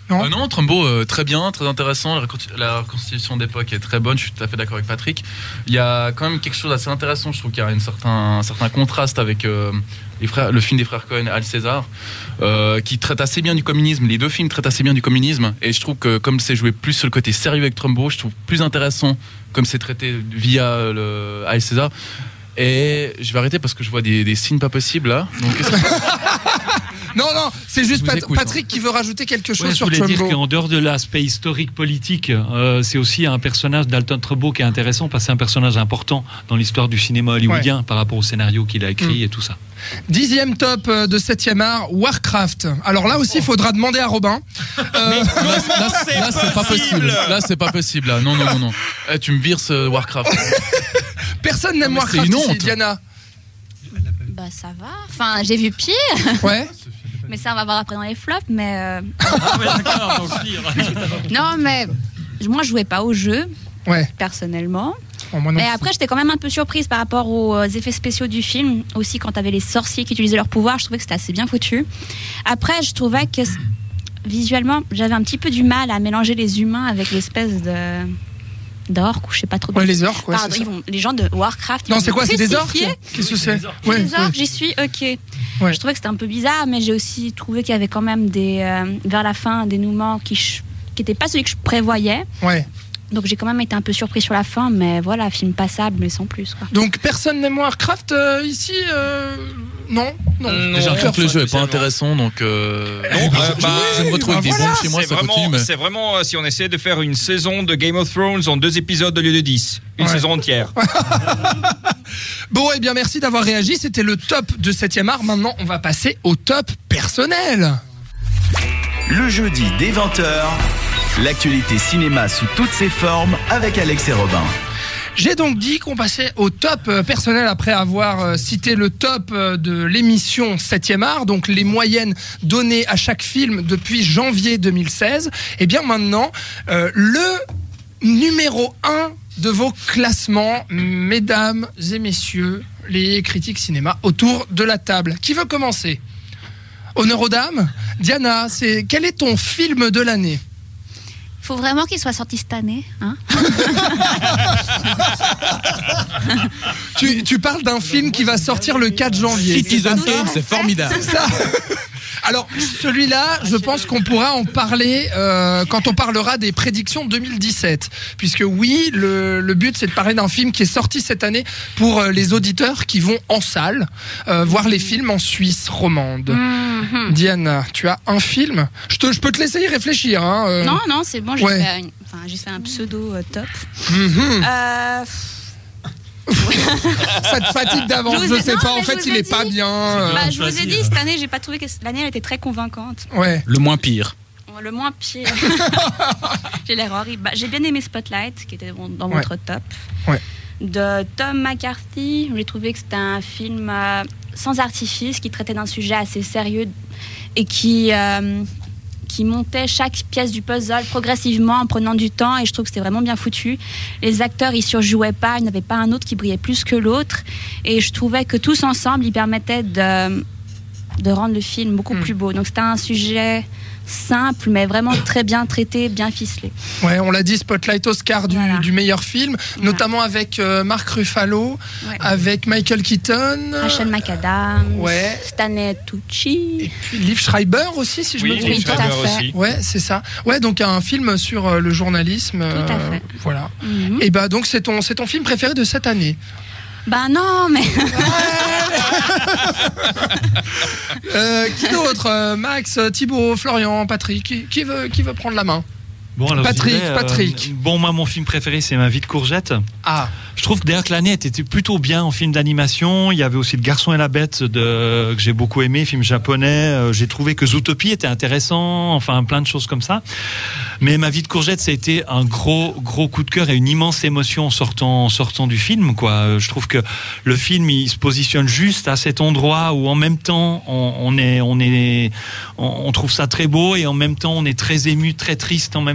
Non, euh, non Trumbo, euh, très bien, très intéressant. La, reconsti- la reconstitution d'époque est très bonne. Je suis tout à fait d'accord avec Patrick. Il y a quand même quelque chose d'assez intéressant. Je trouve qu'il y a une certain, un certain contraste avec euh, les frères, le film des frères Cohen, Al César, euh, qui traite assez bien du communisme. Les deux films traitent assez bien du communisme. Et je trouve que comme c'est joué plus sur le côté sérieux avec Trumbo, je trouve plus intéressant comme c'est traité via le Al César. Et je vais arrêter parce que je vois des, des signes pas possibles là. Donc, qu'est-ce que... non, non, c'est juste vous Pat- écoute, Patrick qui veut rajouter quelque chose Ouais, je sur voulais dire Trumbo. qu'en dehors de l'aspect historique politique, euh, c'est aussi un personnage d'Alton Trumbo qui est intéressant parce que c'est un personnage important dans l'histoire du cinéma hollywoodien par rapport au scénario qu'il a écrit Mm. et tout ça. Dixième top euh, de septième art, Warcraft. Alors là aussi, il faudra demander à Robin. Euh, Là, là, là, c'est pas possible. Là, c'est pas possible. Là. Non, non, non, non. Eh, tu me vires ce Warcraft. Personne n'aime Non, mais c'est Warcraft une ici, honte. Diana. Bah ça va. Enfin, j'ai vu pire. Ouais. Mais ça, on va voir après dans les flops. Mais euh, non, mais moi, je jouais pas au jeu Ouais. personnellement. Bon, moi non Et plus. après, j'étais quand même un peu surprise par rapport aux effets spéciaux du film. Aussi, quand t'avais les sorciers qui utilisaient leur pouvoir, je trouvais que c'était assez bien foutu. Après, je trouvais que visuellement, j'avais un petit peu du mal à mélanger les humains avec l'espèce de d'orques ou je sais pas trop. Ouais, les orques, ouais, Pardon, c'est ils ça. vont- les gens de Warcraft. Non, ils c'est vont quoi, c'est des orques? crucifier Qu'est-ce que c'est? Les Ouais, orques, ouais. j'y suis ok. Ouais. Je trouvais que c'était un peu bizarre, mais j'ai aussi trouvé qu'il y avait quand même des, euh, vers la fin, un dénouement qui ch- qui n'était pas celui que je prévoyais. Ouais. Donc j'ai quand même été un peu surpris sur la fin, mais voilà, film passable, mais sans plus, quoi. Donc personne n'aime Warcraft euh, ici euh, Non, non. Non. Déjà, rien que le jeu est pas spécialement. intéressant, donc. Euh... Non, je, euh, je- bah, je me retrouve avec bah des voilà, bombes chez moi, c'est ça vraiment, continue. Mais... c'est vraiment euh, si on essaie de faire une saison de Game of Thrones en deux épisodes au lieu de dix. Une Ouais. saison entière. Bon, eh bien merci d'avoir réagi. C'était le top de septième art. Maintenant, on va passer au top personnel. Le jeudi dès vingt heures, l'actualité cinéma sous toutes ses formes avec Alex et Robin. J'ai donc dit qu'on passait au top euh, personnel après avoir euh, cité le top euh, de l'émission septième art, donc les moyennes données à chaque film depuis janvier deux mille seize. Et bien maintenant, euh, le numéro un de vos classements, mesdames et messieurs, les critiques cinéma autour de la table. Qui veut commencer ? Honneur aux dames. Diana, c'est quel est ton film de l'année ? Faut vraiment qu'il soit sorti cette année, hein. tu, tu parles d'un film qui va sortir le quatre janvier. Citizen Kane, c'est formidable. C'est ça. Alors, celui-là, je pense qu'on pourra en parler euh, quand on parlera des prédictions deux mille dix-sept. Puisque oui, le, le but, c'est de parler d'un film qui est sorti cette année pour euh, les auditeurs qui vont en salle euh, voir les films en Suisse romande. Mhm. Diana, tu as un film je, te, je peux te laisser y réfléchir. Hein, euh. Non, non, c'est bon, j'ai Ouais. fait, une- enfin, j'ai fait un pseudo euh, top. Mhm. Euh, Ça te fatigue d'avance, Je je, vous ai- sais non, pas, en mais je fait, vous il ai est pas dit. bien. euh. bah, je vous ai choisi, dit, euh. cette année, j'ai pas trouvé que l'année elle était très convaincante. Ouais. Le moins pire. Le moins pire. J'ai l'air horrible. Bah, j'ai bien aimé Spotlight, qui était dans dans Ouais. votre top. Ouais. De Tom McCarthy, j'ai trouvé que c'était un film euh, sans artifice, qui traitait d'un sujet assez sérieux et qui, euh, qui montait chaque pièce du puzzle progressivement en prenant du temps. Et je trouve que c'était vraiment bien foutu. Les acteurs, ils surjouaient pas, il n'y avait pas un autre qui brillait plus que l'autre. Et je trouvais que tous ensemble, ils permettaient de, de rendre le film beaucoup Mm. plus beau. Donc c'était un sujet simple, mais vraiment très bien traité, bien ficelé. Ouais, on l'a dit, Spotlight Oscar du, Voilà. du meilleur film, Voilà. notamment avec euh, Mark Ruffalo, Ouais. avec Michael Keaton, Rachel McAdams, Ouais. Stanley Tucci. et puis Liv Schreiber aussi, si je me Oui, trompe oui, Liv pas. tout à Schreiber fait. aussi. Ouais, c'est ça. Ouais, donc un film sur euh, le journalisme. Tout à euh, fait. Voilà. Mhm. Et bah donc c'est ton, c'est ton film préféré de cette année. Bah non, mais Euh, qui d'autre Euh, Max, Thibaut, Florian, Patrick, qui, qui veut, qui veut prendre la main? Bon, alors, je Patrick, dirais, euh, Patrick. Bon, moi, mon film préféré, c'est Ma vie de courgette. Ah, Je trouve que d'ailleurs que l'année était plutôt bien en film d'animation. Il y avait aussi Le Garçon et la Bête de, que j'ai beaucoup aimé, film japonais. Euh, J'ai trouvé que Zootopie était intéressant, enfin plein de choses comme ça. Mais Ma vie de courgette, ça a été un gros, gros coup de cœur et une immense émotion en sortant, en sortant du film, quoi. Euh, Je trouve que le film, il se positionne juste à cet endroit où en même temps, on, on est, on est, on, on trouve ça très beau et en même temps, on est très ému, très triste en même temps.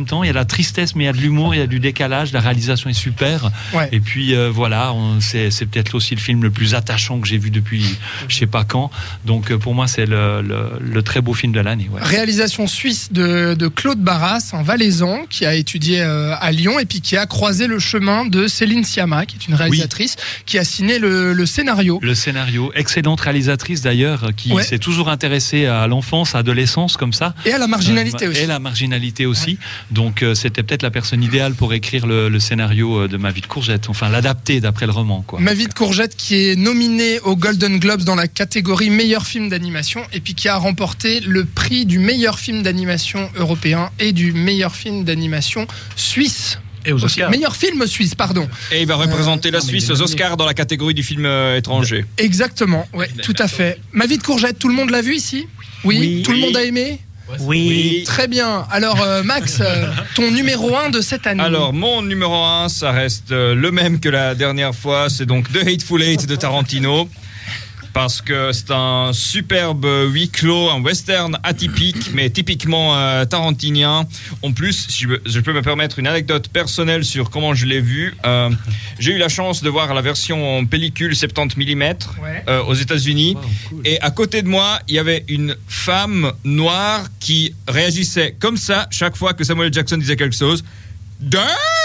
temps. Il y a de la tristesse, mais il y a de l'humour, il y a du décalage. La réalisation est super. Ouais. Et puis euh, voilà, on, c'est, c'est peut-être aussi le film le plus attachant que j'ai vu depuis je sais pas quand. Donc pour moi, c'est le, le, le très beau film de l'année. Ouais. Réalisation suisse de, de Claude Barras, un Valaisan qui a étudié euh, à Lyon et puis qui a croisé le chemin de Céline Sciamma, qui est une réalisatrice, oui. qui a signé le, le scénario. Le scénario, excellente réalisatrice d'ailleurs, qui ouais. s'est toujours intéressée à l'enfance, à l'adolescence comme ça. Et à la marginalité euh, aussi. Et la marginalité aussi. Ouais. Donc euh, c'était peut-être la personne idéale pour écrire le, le scénario de Ma vie de courgette, enfin l'adapter d'après le roman, quoi. Ma vie de courgette qui est nominé aux Golden Globes dans la catégorie meilleur film d'animation et puis qui a remporté le prix du meilleur film d'animation européen et du meilleur film d'animation suisse. Et aux Oscars. Meilleur film suisse, pardon. Et il va représenter euh, la non, Suisse aux Oscars dans la catégorie du film euh, étranger. Exactement, ouais, tout à fait. Ma vie de courgette, tout le monde l'a vu ici ? Oui, oui. Tout Oui. le monde a aimé ? Oui. Très bien. Alors euh, Max, euh, ton numéro un de cette année. Alors mon numéro un, ça reste euh, le même que la dernière fois, c'est donc The Hateful Eight de Tarantino. Parce que c'est un superbe huis clos, un western atypique, mais typiquement euh, tarantinien. En plus, si je, je peux me permettre une anecdote personnelle sur comment je l'ai vu. Euh, j'ai eu la chance de voir la version en pellicule soixante-dix millimètres Ouais. euh, aux États-Unis. Wow, cool. Et à côté de moi, il y avait une femme noire qui réagissait comme ça chaque fois que Samuel Jackson disait quelque chose. Damn!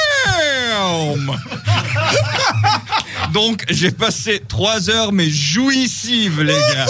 Donc j'ai passé trois heures mais jouissives, les gars.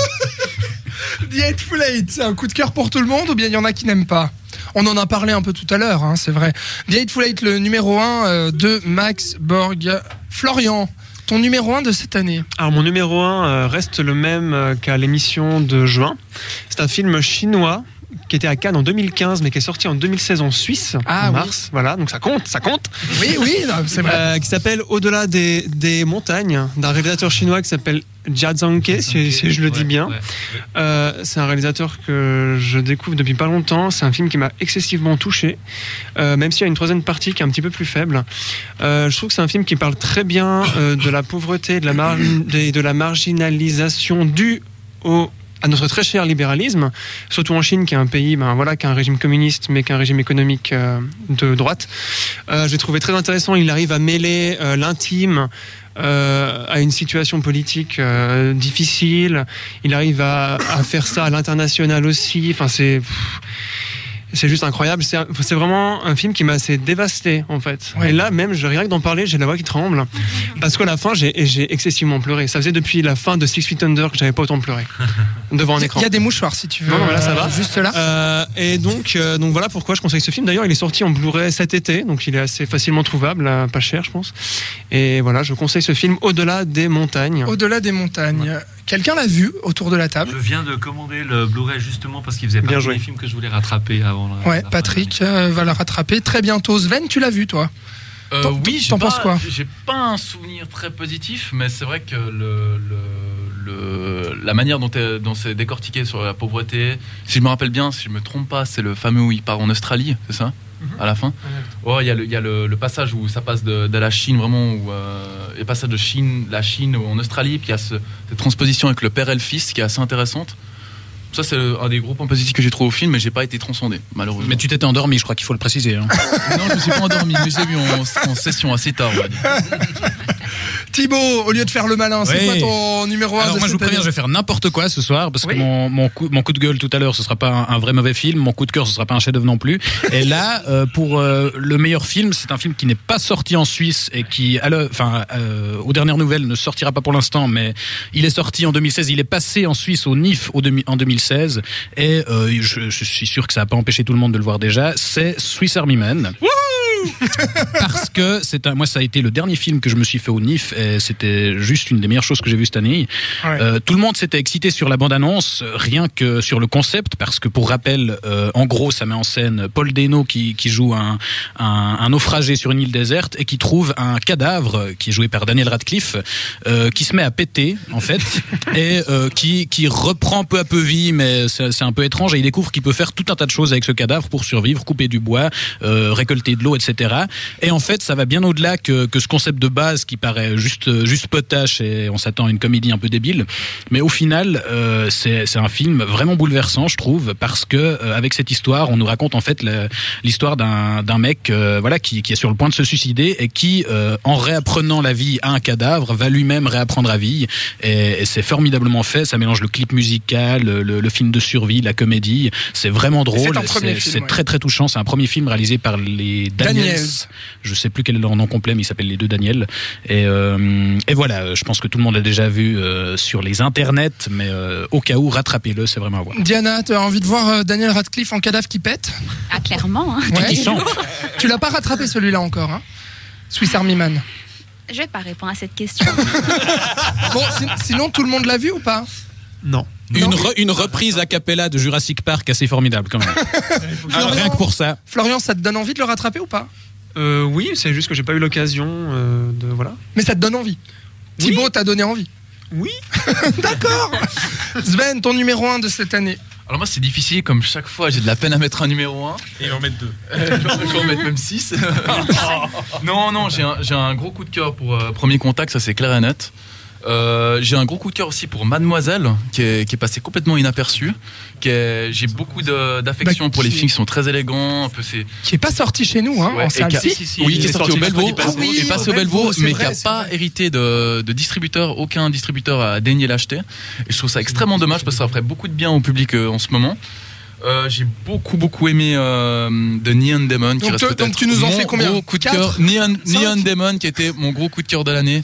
The Hateful Eight, c'est un coup de cœur pour tout le monde ou bien il y en a qui n'aiment pas ? On en a parlé un peu tout à l'heure, hein, c'est vrai. The Hateful Eight, le numéro un euh, de Max Borg. Florian, ton numéro un de cette année ? Alors mon numéro un euh, reste le même euh, qu'à l'émission de juin. C'est un film chinois qui était à Cannes en deux mille quinze mais qui est sorti en deux mille seize en Suisse, Ah, en oui. mars. Voilà, donc ça compte, ça compte. Oui, oui, non, c'est vrai. Euh, qui s'appelle Au-delà des, des montagnes, d'un réalisateur chinois qui s'appelle Jia Zhangke, si, si je le dis Ouais, bien. ouais. Euh, c'est un réalisateur que je découvre depuis pas longtemps. C'est un film qui m'a excessivement touché, euh, même s'il y a une troisième partie qui est un petit peu plus faible. Euh, je trouve que c'est un film qui parle très bien euh, de la pauvreté, de la, mar- de, de la marginalisation due au à notre très cher libéralisme, surtout en Chine, qui est un pays, ben voilà, qui a un régime communiste, mais qui a un régime économique euh, de droite. Euh, j'ai trouvé très intéressant. Il arrive à mêler euh, l'intime euh, à une situation politique euh, difficile. Il arrive à, à faire ça à l'international aussi. Enfin, c'est pff, c'est juste incroyable. C'est, c'est vraiment un film qui m'a assez dévasté, en fait. Ouais. Et là, même, je, rien que d'en parler, j'ai la voix qui tremble. Parce qu'à la fin, j'ai, j'ai excessivement pleuré. Ça faisait depuis la fin de Six Feet Under que j'avais pas autant pleuré devant un écran. Il y a des mouchoirs si tu veux. Non, non, mais là, ça va. Euh, Juste là. Euh, et donc, euh, donc voilà pourquoi je conseille ce film. D'ailleurs, il est sorti en Blu-ray cet été, donc il est assez facilement trouvable, euh, pas cher, je pense. Et voilà, je conseille ce film Au-delà des montagnes. Au-delà des montagnes. Quelqu'un l'a vu autour de la table ? Je viens de commander le Blu-ray justement parce qu'il faisait Bien partie joué. des films que je voulais rattraper avant la, Ouais, la fin Patrick de euh, va la rattraper très bientôt. Sven, tu l'as vu toi ? Euh, T'en- oui, j'ai t'en pas- penses quoi ? J'ai pas un souvenir très positif, mais c'est vrai que le, le, le- la manière dont, est- dont c'est décortiqué sur la pauvreté, si je me rappelle bien, si je me trompe pas, c'est le fameux où il part en Australie, c'est ça ? À la fin. Oh, il y a le, il y a le, le passage où ça passe de, de la Chine vraiment, où euh, le passage de Chine, la Chine en Australie, puis il y a ce, cette transposition avec le père et le fils qui est assez intéressante. Ça, c'est un des gros points positifs que j'ai trouvé au film, mais j'ai pas été transcendé, malheureusement. Mais tu t'étais endormi, je crois qu'il faut le préciser. Hein. Non, je me suis pas endormi, mais j'ai vu en, en session assez tard, on va dire. Thibaut, au lieu de faire le malin, c'est Oui. quoi ton numéro un Alors de moi je vous cette préviens, je année ? vais faire n'importe quoi ce soir parce Oui. que mon, mon, coup, mon coup de gueule tout à l'heure ce sera pas un, un vrai mauvais film, mon coup de cœur ce sera pas un chef-d'œuvre non plus. Et là euh, pour euh, le meilleur film, c'est un film qui n'est pas sorti en Suisse et qui, à le- enfin euh, aux dernières nouvelles ne sortira pas pour l'instant, mais il est sorti en deux mille seize, il est passé en Suisse au N I F au demi- en deux mille seize et euh, je, je suis sûr que ça a pas empêché tout le monde de le voir déjà. C'est Swiss Army Man. Parce que c'est un, moi ça a été le dernier film que je me suis fait au N I F et c'était juste une des meilleures choses que j'ai vues cette année. Ouais. Euh, tout le monde s'était excité sur la bande-annonce, rien que sur le concept, parce que pour rappel, euh, en gros, ça met en scène Paul Dano qui, qui joue un, un, un naufragé sur une île déserte et qui trouve un cadavre qui est joué par Daniel Radcliffe, euh, qui se met à péter en fait et euh, qui, qui reprend peu à peu vie, mais c'est, c'est un peu étrange et il découvre qu'il peut faire tout un tas de choses avec ce cadavre pour survivre, couper du bois, euh, récolter de l'eau, et cetera. cetera. Et en fait, ça va bien au-delà que, que ce concept de base qui paraît juste, juste potache et on s'attend à une comédie un peu débile. Mais au final, euh, c'est, c'est un film vraiment bouleversant, je trouve, parce que euh, avec cette histoire, on nous raconte en fait le, l'histoire d'un, d'un mec, euh, voilà, qui, qui est sur le point de se suicider et qui, euh, en réapprenant la vie à un cadavre, va lui-même réapprendre la vie. Et, et c'est formidablement fait. Ça mélange le clip musical, le, le film de survie, la comédie. C'est vraiment drôle. C'est un premier c'est, film. C'est ouais. très très touchant. C'est un premier film réalisé par les Daniels. Daniels. Je sais plus quel est leur nom complet, mais ils s'appellent les deux Daniels. Et, euh, et voilà, je pense que tout le monde l'a déjà vu euh, sur les internets, mais euh, au cas où, rattrapez-le, c'est vraiment à voir. Diana, tu as envie de voir euh, Daniel Radcliffe en cadavre qui pète? Ah, clairement. Hein. Ouais. Qui chante. Tu l'as pas rattrapé celui-là encore, hein? Swiss Army Man. Je vais pas répondre à cette question. Bon, si- sinon tout le monde l'a vu ou pas? Non. Une, re- une reprise a cappella de Jurassic Park assez formidable quand même. Alors, rien que pour ça. Florian, ça te donne envie de le rattraper ou pas? Euh, oui, c'est juste que j'ai pas eu l'occasion euh, de voilà. Mais ça te donne envie. Oui. Thibaut t'a donné envie. Oui. D'accord. Sven, ton numéro un de cette année. Alors moi c'est difficile, comme chaque fois j'ai de la peine à mettre un numéro un. Et en mettre deux. Euh, je vais en mettre même six. non, non, j'ai un, j'ai un gros coup de cœur pour euh, Premier Contact, ça c'est clair et net. Euh, j'ai un gros coup de cœur aussi pour Mademoiselle, qui est, qui est passé complètement inaperçu. Qui est, j'ai beaucoup de, d'affection Bah, pour les qui- films qui sont très élégants, un peu c'est. Qui est pas sorti chez nous, hein, Ouais, en et salle. qui a- Si. Si, si, Oui, il qui est sorti au Belvaux, mercredi passé. Ah oui, est passé au au Belvaux, Belvaux, c'est mais vrai, qui n'a c'est pas vrai. hérité de, de distributeur. Aucun distributeur a daigné l'acheter. Et je trouve ça extrêmement dommage parce que ça ferait beaucoup de bien au public euh, en ce moment. Euh, j'ai beaucoup beaucoup aimé euh, de Neon Demon qui Donc, reste te- peut-être donc tu nous en mon fais combien? gros coup de Quatre cœur. Neon, Cinq Neon Demon qui était mon gros coup de cœur de l'année.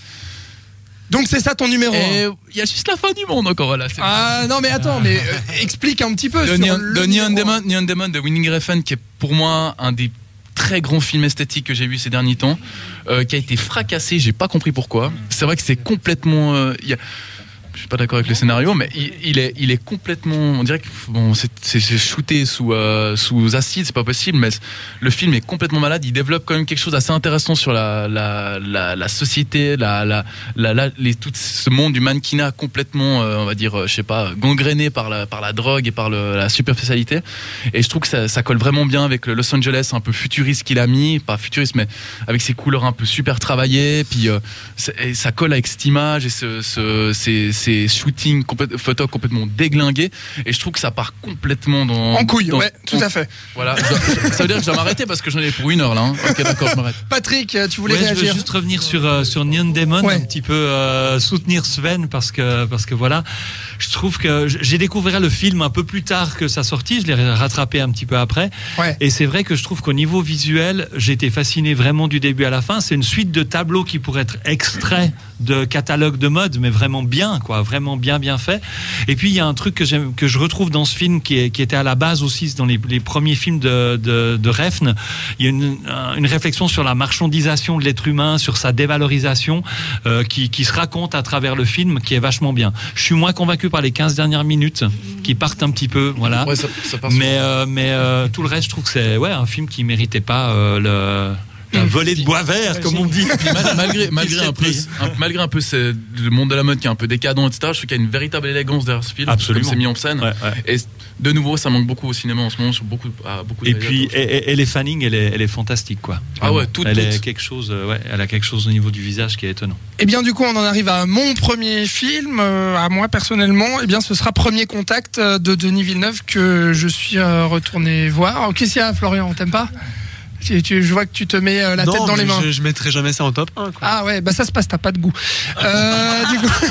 Donc c'est ça ton numéro Et un. il y a juste la fin du monde encore voilà. C'est Ah non mais attends, mais euh, explique un petit peu de sur Neon, le de Neon numéro un. Demon, Neon Demon de Winning Refn qui est pour moi un des très grands films esthétiques que j'ai vu ces derniers temps, euh, qui a été fracassé, j'ai pas compris pourquoi. C'est vrai que c'est complètement euh, il y a, je suis pas d'accord avec le scénario, mais il, il est, il est complètement. On dirait que bon, c'est, c'est, c'est shooté sous, euh, sous acide, c'est pas possible, mais le film est complètement malade. Il développe quand même quelque chose d'assez intéressant sur la, la, la, la société, la, la, la, la- les, tout ce monde du mannequinat complètement, euh, on va dire, euh, je sais pas, gangréné par la, par la drogue et par le, la superficialité. Et je trouve que ça, ça colle vraiment bien avec le Los Angeles un peu futuriste qu'il a mis, pas futuriste, mais avec ses couleurs un peu super travaillées. Puis euh, c'est- et ça colle avec cette image et ce, ce, ces, ces shootings, complète, photos complètement déglingués. Et je trouve que ça part complètement dans. En couille, dans- ouais, tout à fait. Voilà. Je- ça veut dire que je dois m'arrêter parce que j'en ai pour une heure là. Hein. Ok, d'accord, je m'arrête. Patrick, euh, tu voulais Ouais, je veux réagir? juste revenir sur euh, sur Neon Demon, Ouais. un petit peu euh, soutenir Sven parce que parce que voilà, je trouve que j- j'ai découvert le film un peu plus tard que sa sortie, je l'ai rattrapé un petit peu après. Ouais. Et c'est vrai que je trouve qu'au niveau visuel, j'ai été fasciné vraiment du début à la fin. C'est une suite de tableaux qui pourraient être extraits de catalogue de mode, mais vraiment bien, quoi, vraiment bien bien fait. Et puis il y a un truc que j'aime, que je retrouve dans ce film qui, est, qui était à la base aussi dans les, les premiers films de, de, de Refn. Il y a une, une réflexion sur la marchandisation de l'être humain, sur sa dévalorisation, euh, qui, qui se raconte à travers le film, qui est vachement bien. Je suis moins convaincu par les quinze dernières minutes, qui partent un petit peu, voilà. Ouais, ça, ça part Mais, euh, mais euh, tout le reste, je trouve que c'est ouais, un film qui méritait pas euh, le, la volée de bois vert, comme on dit. Puis mal- malgré malgré serait un peu pris. un- malgré un peu c'est le monde de la mode qui est un peu décadent etc, je trouve qu'il y a une véritable élégance derrière ce film Absolument. comme c'est mis en scène. Ouais, ouais. Et de nouveau ça manque beaucoup au cinéma en ce moment sur beaucoup à beaucoup de Et puis, réalisateurs. et, et- et les Fanning, elle est, elle est fantastique, quoi. Ah ouais, Vraiment. toute, elle toute. est quelque chose, euh, ouais, elle a quelque chose au niveau du visage qui est étonnant. Et bien du coup on en arrive à mon premier film, euh, à moi personnellement, et bien ce sera Premier Contact euh, de Denis Villeneuve que je suis euh, retourné voir. Oh, qu'est-ce qu'il y a Florian, t'aimes pas? Tu- tu- Je vois que tu te mets euh, la non, tête dans les mais mains. Je, je mettrai jamais ça en top un. Quoi. Ah ouais, bah ça se passe, t'as pas de goût. Euh, du coup...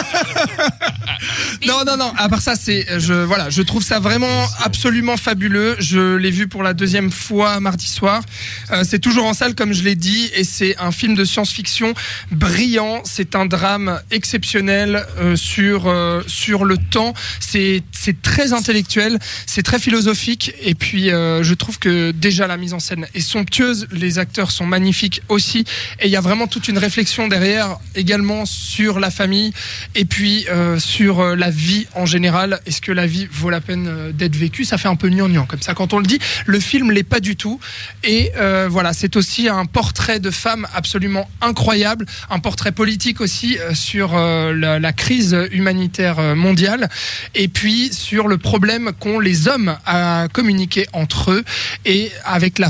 non, non, non. À part ça, c'est, je, voilà, je trouve ça vraiment absolument fabuleux. Je l'ai vu pour la deuxième fois mardi soir. Euh, c'est toujours en salle, comme je l'ai dit, et c'est un film de science-fiction brillant. C'est un drame exceptionnel euh, sur euh, sur le temps. C'est c'est très intellectuel, c'est très philosophique, et puis euh, je trouve que déjà la mise en scène est somptueuse. Les acteurs sont magnifiques aussi, et il y a vraiment toute une réflexion derrière également sur la famille et puis euh, sur euh, la vie en général. Est-ce que la vie vaut la peine euh, d'être vécue? Ça fait un peu gnangnan comme ça quand on le dit. Le film l'est pas du tout, et euh, voilà, c'est aussi un portrait de femme absolument incroyable, un portrait politique aussi euh, sur euh, la, la crise humanitaire euh, mondiale, et puis sur le problème qu'ont les hommes à communiquer entre eux, et avec la femme qui est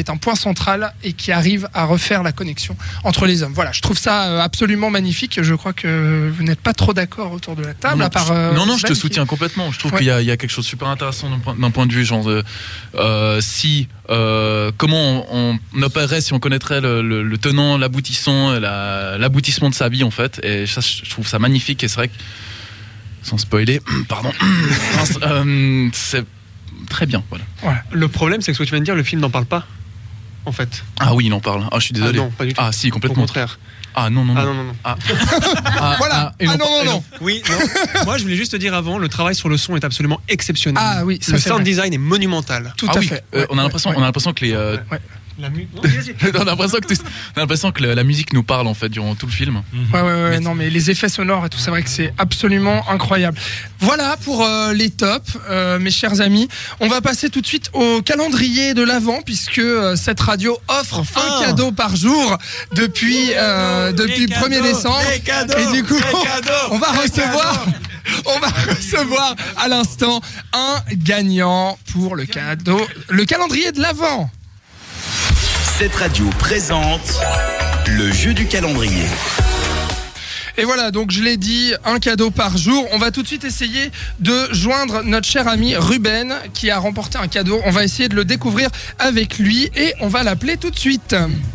est un point central et qui arrive à refaire la connexion entre les hommes. Voilà, je trouve ça euh, absolument magnifique. Je crois que vous n'êtes pas trop d'accord autour de la table. Non, à part, euh, non, non, je te Sven, soutiens qui- complètement. Je trouve Ouais. qu'il y a, il y a quelque chose de super intéressant d'un point, d'un point de vue, genre, de, euh, si, euh, comment on, on opérerait si on connaîtrait le, le, le tenant, l'aboutissant, la, l'aboutissement de sa vie, en fait. Et ça, je trouve ça magnifique. Et c'est vrai que, sans spoiler, pardon, euh, c'est très bien, voilà. Voilà. Le problème, c'est que ce que tu viens de dire, le film n'en parle pas, en fait. Ah oui, il en parle. Ah, je suis désolé. Ah non, pas du tout. Ah si, Au complètement. contraire. Ah non, non, non. Ah non, non, non. Ah. Ah, Voilà. et Ah on- non, non, et non. Oui, non. Moi, je voulais juste te dire avant, le travail sur le son est absolument exceptionnel. Ah oui, ça, le c'est sound vrai. design est monumental. Tout Ah à oui, fait. euh, Ouais. on a l'impression, Ouais. on a l'impression que les, euh, La mu- non, vas-y. on a l'impression que, tout- on a l'impression que la, la musique nous parle en fait durant tout le film. Ouais, ouais, ouais, Mais- non, mais les effets sonores et tout, c'est vrai que c'est absolument incroyable. Voilà pour euh, les tops, euh, mes chers amis. On va passer tout de suite au calendrier de l'Avent, puisque euh, cette radio offre un cadeau par jour depuis, euh, depuis le premier décembre. Et du coup, on va recevoir, on va recevoir à l'instant un gagnant pour le cadeau, le calendrier de l'Avent. Cette radio présente le jeu du calendrier. Et voilà, donc je l'ai dit, un cadeau par jour. On va tout de suite essayer de joindre notre cher ami Ruben qui a remporté un cadeau. On va essayer de le découvrir avec lui et on va l'appeler tout de suite.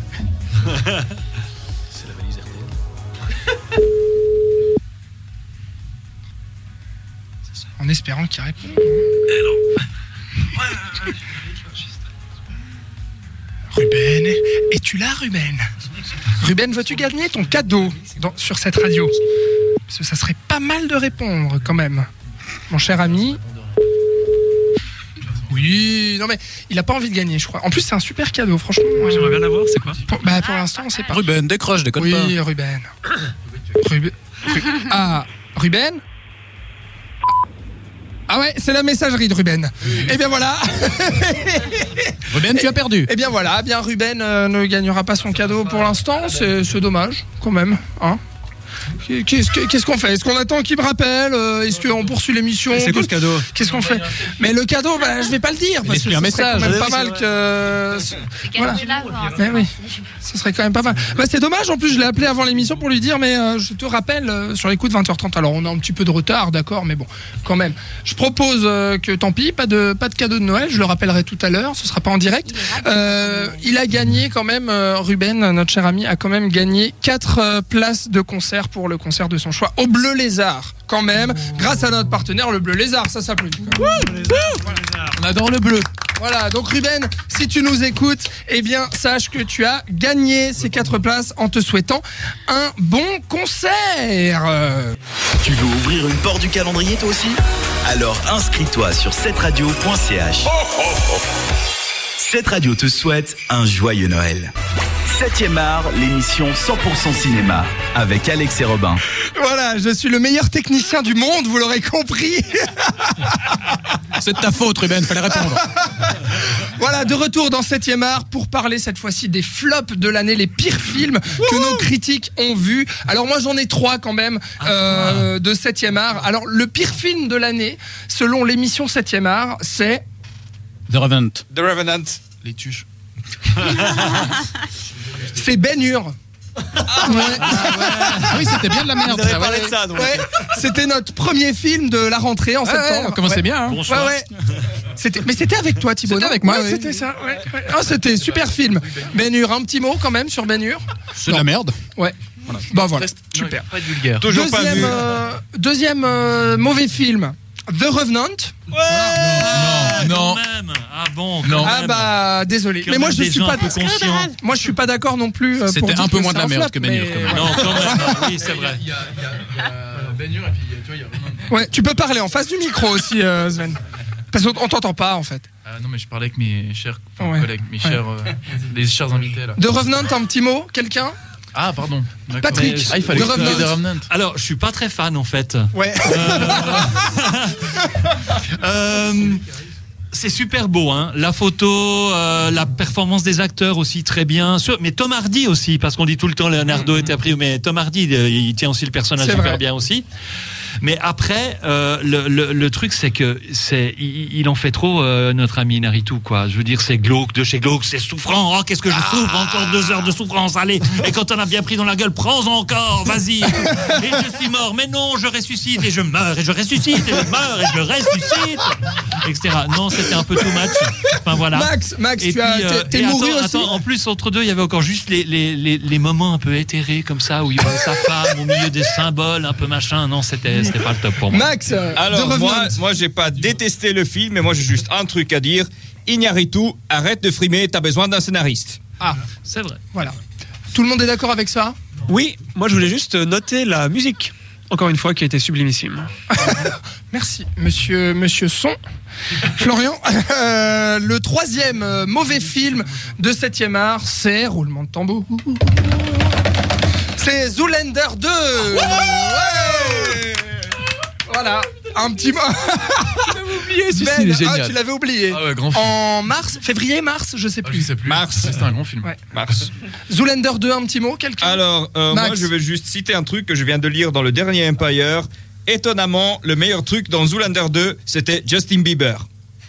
En espérant qu'il réponde. Ruben, es-tu là, Ruben? Ruben, veux-tu gagner ton cadeau dans- sur cette radio? Parce que ça serait pas mal de répondre quand même, mon cher ami. Oui, non mais il a pas envie de gagner, je crois. En plus, c'est un super cadeau, franchement. J'aimerais bien l'avoir, c'est quoi? Pour, bah, pour l'instant, on sait pas. Ruben, décroche, déconne pas. Oui, Ruben. Ruben. Ru- Ah, Ruben? Ah ouais, c'est la messagerie de Ruben. Et bien voilà. Ruben, tu as perdu. Et bien voilà, bien Ruben euh, ne gagnera pas son cadeau pour l'instant, c'est c'est dommage quand même, hein. Qu'est-ce que- qu'est-ce qu'on fait? Est-ce qu'on attend qu'il me rappelle? Euh, Est-ce qu'on poursuit l'émission? C'est quoi le cadeau? Qu'est-ce qu'on fait? Mais le cadeau, bah, je vais pas le dire parce que Laisse-lui un ce serait message. quand même Oui, pas c'est mal vrai. que. Voilà. Voilà. Mais oui, ce serait quand même pas mal. Bah, c'est dommage, en plus je l'ai appelé avant l'émission pour lui dire, mais euh, je te rappelle euh, sur les coups de vingt heures trente. Alors on a un petit peu de retard, d'accord, mais bon, quand même. Je propose euh, que tant pis, pas de, pas de cadeau de Noël, je le rappellerai tout à l'heure, ce sera pas en direct. Euh, il a gagné quand même, euh, Ruben, notre cher ami, a quand même gagné quatre euh, places de concert pour le concert de son choix au Bleu Lézard, quand même, grâce à notre partenaire, le Bleu Lézard, ça s'applaudit. On adore le bleu. Voilà, donc Ruben, si tu nous écoutes, eh bien, sache que tu as gagné ces quatre places en te souhaitant un bon concert. Euh, Tu veux ouvrir une porte du calendrier toi aussi? Alors inscris-toi sur cette radio point c h. Cette radio te souhaite un joyeux Noël. septième art, l'émission cent pour cent cinéma avec Alex et Robin. Voilà, je suis le meilleur technicien du monde, vous l'aurez compris. C'est de ta faute, Ruben, fallait répondre. Voilà, de retour dans septième art pour parler cette fois-ci des flops de l'année, les pires films que nos critiques ont vus. Alors moi j'en ai trois quand même euh, de septième art. Alors le pire film de l'année, selon l'émission septième art, c'est The Revenant. The Revenant. Les tuches. c'est Ben Hur. Ah oui, c'était bien de la merde. Vous avez ça, parlé ouais. de ça, donc. Ouais, c'était notre premier film de la rentrée en Ouais, ouais, septembre. on commençait Ouais. bien. hein. Ouais, Bonsoir. ouais. C'était, mais c'était avec toi, Thibaut. C'était non avec moi, Ouais, oui. C'était ça. Ouais, ouais. Ah, c'était super film. Ben Hur, un petit mot quand même sur Ben Hur. C'est de la merde. Ouais. Bah voilà. Super. Pas de vulgaire. Toujours pas Deuxième, vu. euh, deuxième euh, mauvais film, The Revenant. Non, Quand non. même. Ah bon. quand Non. Ah même. bah désolé. Quand Mais moi même je des suis gens pas un peu conscients. Moi je suis pas d'accord non plus. euh, pour C'était dire un peu que moins de c'est la un merde flop, que Ben Hur, mais- quand même. Non, quand même. Oui, c'est vrai. Il y a, il y a- il y a Ben Hur et puis il y a- tu vois, il y a Revenant. Ouais, tu peux parler en face du micro aussi, euh, Sven. Parce qu'on t'entend pas en fait. Ah non mais je parlais avec mes chers enfin, Ouais. collègues, mes chers, euh, les chers invités là. The Revenant, un petit mot, quelqu'un? Ah pardon. D'accord. Patrick, Ah il fallait The que je Revenant. dise The Revenant. Alors, je suis pas très fan en fait. Ouais. Euh, c'est super beau, hein. La photo, euh, la performance des acteurs aussi très bien. Sur- Mais Tom Hardy aussi, parce qu'on dit tout le temps Leonardo était pris, mais Tom Hardy, il, il tient aussi le personnage C'est super vrai. bien aussi. Mais après, euh, le, le, le truc, c'est que c'est, il, il en fait trop, euh, notre ami Inarritu, quoi. Je veux dire, c'est glauque, de chez glauque, c'est souffrant. Oh, qu'est-ce que je souffre, encore deux heures de souffrance, allez. Et quand on a bien pris dans la gueule, prends encore, vas-y. Et je suis mort, mais non, je ressuscite, et je meurs, et je ressuscite, et je meurs, et je ressuscite, et cetera. Non, c'était un peu too much. Enfin, voilà. Max, Max, et tu puis, as, euh, t'es, t'es et mouru attends, aussi. attends, en plus, entre deux, il y avait encore juste les, les, les, les moments un peu éthérés, comme ça, où il voit sa femme au milieu des symboles, un peu machin. Non, c'était, c'était pas le top pour moi. Max, Alors, de moi, Revenant. moi, j'ai pas détesté le film, mais moi, j'ai juste un truc à dire. Iñárritu, arrête de frimer, t'as besoin d'un scénariste. Ah, C'est vrai. voilà. Tout le monde est d'accord avec ça? Oui, moi je voulais juste noter la musique, encore une fois, qui a été sublimissime. Merci, monsieur, monsieur Son. Florian, euh, le troisième euh, mauvais film de septième art, c'est roulement de tambour. C'est Zoolander deux. Ouais. Voilà, un petit mot. oublié, si, Ben, si, il est ah, génial. tu l'avais oublié. Ah ouais, grand film. En mars, février, mars, je sais Ah, je plus. sais plus. Mars. C'est un grand film. Ouais. Mars. Zoolander deux, un petit mot, quelqu'un? Alors, euh, Max. moi, je vais juste citer un truc que je viens de lire dans le dernier Empire. Étonnamment, le meilleur truc dans Zoolander deux, c'était Justin Bieber.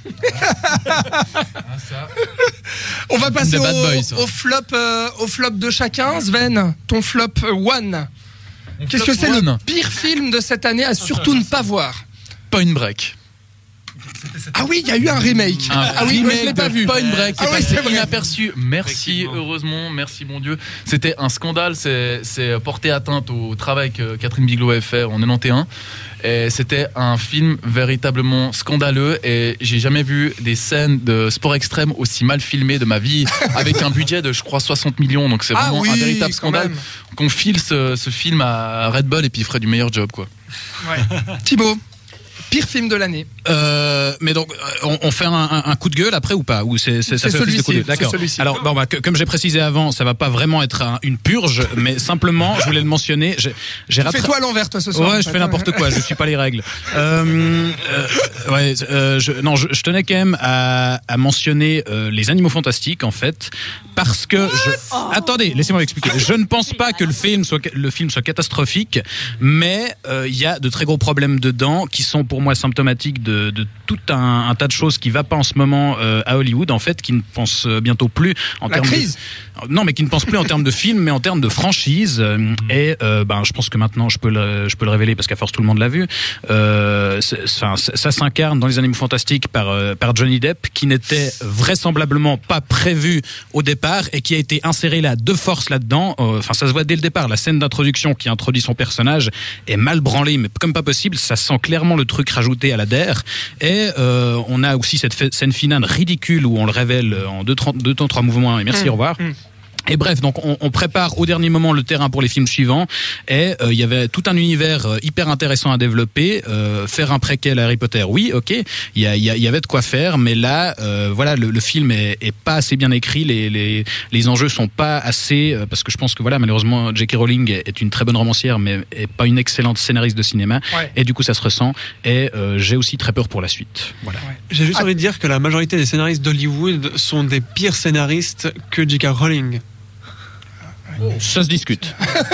Ah, ça. On va passer The au, Bad Boys. au flop, euh, au flop de chacun. Sven, ton flop one. Qu'est-ce que c'est One. le pire film de cette année à surtout ne pas voir? Point Break. Ah oui, il y a eu un remake. Un ah oui, mais je remake l'ai pas de vu. Point Break qui Ah est oui, passé c'est vrai. inaperçu. Merci, Effectivement. heureusement, merci mon Dieu. C'était un scandale, c'est, c'est porté atteinte au travail que Catherine Bigelow avait fait en quatre-vingt-onze. Et c'était un film véritablement scandaleux et j'ai jamais vu des scènes de sport extrême aussi mal filmées de ma vie, avec un budget de je crois soixante millions, donc c'est Ah vraiment oui, un véritable quand scandale même. qu'on file ce, ce film à Red Bull et puis il ferait du meilleur job quoi. Ouais. Thibaut, pire film de l'année. Euh, mais donc, euh, on, on fait un, un, un coup de gueule après ou pas? Ou c'est, c'est, ça C'est fait office de celui-ci, coup de gueule. c'est D'accord. celui-ci. Alors, bon, bah, que- comme j'ai précisé avant, ça va pas vraiment être un- une purge, mais simplement, je voulais le mentionner. J'ai, j'ai rattra- Fais-toi à l'envers, toi, ce soir. Ouais, je fais n'importe quoi, je suis pas les règles. Euh, euh, ouais, euh, je, non, je, je tenais quand même à, à mentionner euh, les Animaux Fantastiques en fait, parce que je... attendez, laissez-moi expliquer. Je ne pense pas que le film soit le film soit catastrophique, mais euh, il y a de très gros problèmes dedans qui sont pour moi symptomatiques de, de tout un, un tas de choses qui va pas en ce moment euh, à Hollywood en fait, qui ne pensent bientôt plus en La termes crise. de... non, mais qui ne pensent plus en termes de film, mais en termes de franchise. Euh, Et euh, ben, je pense que maintenant, je peux le, je peux le révéler parce qu'à force tout le monde l'a vu. Euh, c'est- enfin, ça, ça s'incarne dans les Animaux Fantastiques par euh, par Johnny Depp, qui n'était vraisemblablement pas prévu au départ et qui a été inséré là de force là-dedans. Euh, Enfin, ça se voit dès le départ. La scène d'introduction qui introduit son personnage est mal branlée, mais comme pas possible. Ça sent clairement le truc rajouté à la D E R. Et euh, on a aussi cette fa- scène finale ridicule où on le révèle en deux, trente, deux temps, trois mouvements. Et merci, Mmh. au revoir. Mmh. Et bref, donc on, on prépare au dernier moment le terrain pour les films suivants. Et euh, il y avait tout un univers euh, hyper intéressant à développer. Euh, faire un préquel à Harry Potter, oui, ok. Il y, a, il y, a, il y avait de quoi faire, mais là, euh, voilà, le, le film est, est pas assez bien écrit. Les, les, les enjeux sont pas assez, euh, parce que je pense que voilà, malheureusement, J K Rowling est une très bonne romancière, mais est pas une excellente scénariste de cinéma. Ouais. Et du coup, ça se ressent. Et euh, j'ai aussi très peur pour la suite. Voilà. J'ai juste Ah. envie de dire que la majorité des scénaristes d'Hollywood sont des pires scénaristes que J K Rowling. Ça se discute.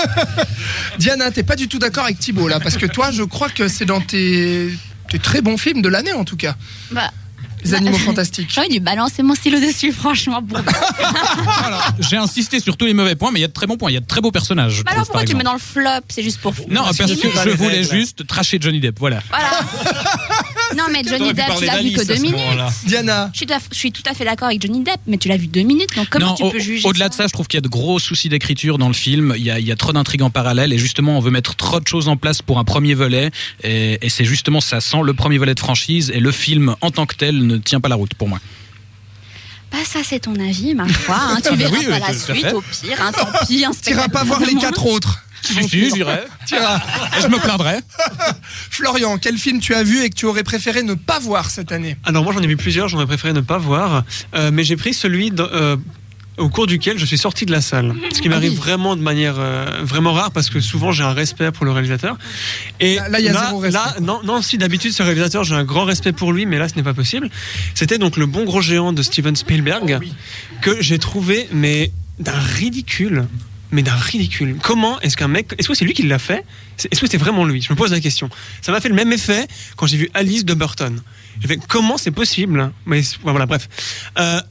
Diana, t'es pas du tout d'accord avec Thibaut là, parce que toi, je crois que c'est dans tes, tes très bons films de l'année en tout cas. Bah, Les bah, Animaux Fantastiques. J'ai envie de balancer mon stylo dessus, franchement. Bon. Bah J'ai insisté sur tous les mauvais points, mais il y a de très bons points. Il y a de très beaux personnages. je Bah alors trouve, par pourquoi tu me exemple. mets dans le flop? C'est juste pour. Non, pour parce que filmer. pas je les voulais règles. juste tracher Johnny Depp, voilà. Voilà. Non, mais Johnny Depp, tu l'as vu que deux minutes. Diana, Je suis, tout à- je suis tout à fait d'accord avec Johnny Depp, mais tu l'as vu deux minutes, donc comment Non, tu au- peux juger au-delà de ça, je trouve qu'il y a de gros soucis d'écriture dans le film. Il y a, il y a trop d'intrigues en parallèle et justement, on veut mettre trop de choses en place pour un premier volet. Et, et c'est justement ça sent le premier volet de franchise et le film en tant que tel ne tient pas la route pour moi. Bah ça c'est ton avis, ma foi. Hein. Tu verras oui, pas oui, la tout à suite, fait. au pire. Hein, tant pis. Un t'iras spectacle pas voir les moins. quatre autres. Si, si, j'irai. T'iras. Et je me plaindrai. Florian, quel film tu as vu et que tu aurais préféré ne pas voir cette année? Alors moi j'en ai vu plusieurs, j'aurais préféré ne pas voir, euh, mais j'ai pris celui de- euh, au cours duquel je suis sorti de la salle. Ce qui m'arrive oui. vraiment de manière euh, vraiment rare parce que souvent j'ai un respect pour le réalisateur. Et Là- là, il y a zéro respect. là, non, non, si d'habitude ce réalisateur j'ai un grand respect pour lui, mais là ce n'est pas possible. C'était donc Le Bon Gros Géant de Steven Spielberg Oh oui. que j'ai trouvé mais d'un ridicule. mais d'un ridicule. Comment est-ce qu'un mec, est-ce que c'est lui qui l'a fait? Est-ce que c'est vraiment lui? Je me pose la question. Ça m'a fait le même effet quand j'ai vu Alice de Burton. J'ai fait comment c'est possible? Mais voilà, bref. Euh,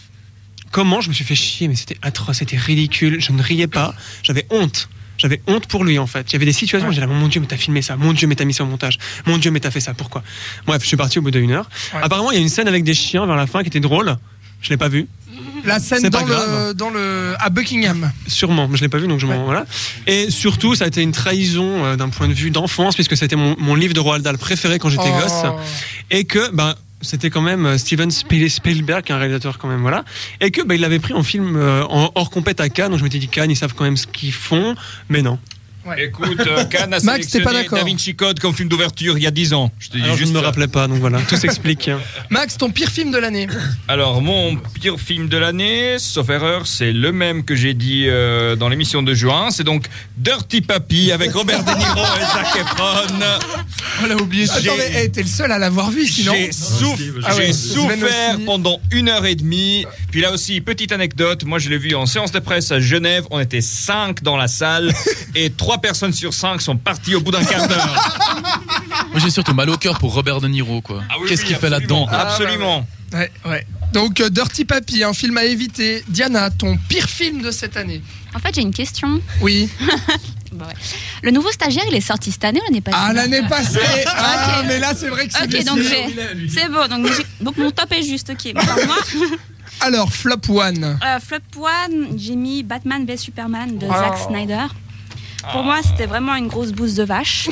comment je me suis fait chier? Mais c'était atroce, c'était ridicule. Je ne riais pas. J'avais honte. J'avais honte pour lui en fait. Il y avait des situations où ouais. j'ai dit mon Dieu mais t'as filmé ça, mon Dieu mais t'as mis ça au montage, mon Dieu mais t'as fait ça, pourquoi? Bref, je suis parti au bout d'une heure. Ouais. Apparemment il y a une scène avec des chiens vers la fin qui était drôle. Je l'ai pas vue. La scène dans le, dans le à Buckingham. Sûrement, je l'ai pas vu donc je m'en ouais. voilà. Et surtout ça a été une trahison euh, d'un point de vue d'enfance puisque c'était mon, mon livre de Roald Dahl préféré quand j'étais oh. gosse et que ben c'était quand même Steven Spielberg, un réalisateur quand même, voilà. Et que bah, il l'avait pris en film euh, en hors compète à Cannes. Donc je m'étais dit Cannes, ils savent quand même ce qu'ils font, mais non. Ouais. Écoute, euh, Cannes a Max, sélectionné Da Vinci Code comme film d'ouverture il y a dix ans. Je te dis Alors, juste je ne me rappelais pas, donc voilà, tout s'explique. Max, ton pire film de l'année? Alors, mon pire film de l'année, sauf erreur, c'est le même que j'ai dit euh, dans l'émission de juin. C'est donc Dirty Papi avec Robert De Niro et Zac Efron. On l'a oublié. Attends, mais hey, t'es le seul à l'avoir vu, sinon. J'ai, souf... ah ouais, j'ai souffert pendant une heure et demie. Puis là aussi, petite anecdote, moi je l'ai vu en séance de presse à Genève. On était cinq dans la salle et trois personnes sur cinq sont parties au bout d'un quart d'heure. Moi j'ai surtout mal au cœur pour Robert De Niro, quoi. Ah oui, Qu'est-ce oui, qu'il fait là-dedans? Ah, absolument. Ouais, ouais. Donc euh, Dirty Papi, un film à éviter. Diana, ton pire film de cette année? En fait, j'ai une question. Oui. Bon, ouais. Le nouveau stagiaire, il est sorti cette année ou l'année passée? Ah, l'année passée. Ah, okay. Mais là, c'est vrai que c'est. Ok, donc j'ai... c'est beau. Donc, j'ai... donc mon top est juste. Ok. Alors, moi... Alors, flop one. Euh, flop one, j'ai mis Batman v Superman de oh. Zack Snyder. Pour moi, c'était vraiment une grosse bouse de vache.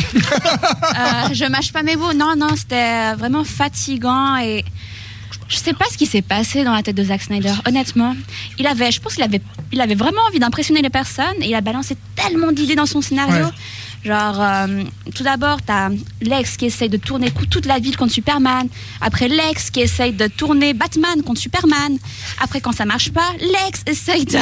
euh, je mâche pas mes mots. Non, non, c'était vraiment fatigant et je sais pas ce qui s'est passé dans la tête de Zack Snyder. Honnêtement, il avait, je pense qu'il avait, il avait vraiment envie d'impressionner les personnes et il a balancé tellement d'idées dans son scénario. Ouais. Genre, euh, tout d'abord, t'as Lex qui essaye de tourner toute la ville contre Superman. Après, Lex qui essaye de tourner Batman contre Superman. Après, quand ça marche pas, Lex essaye de,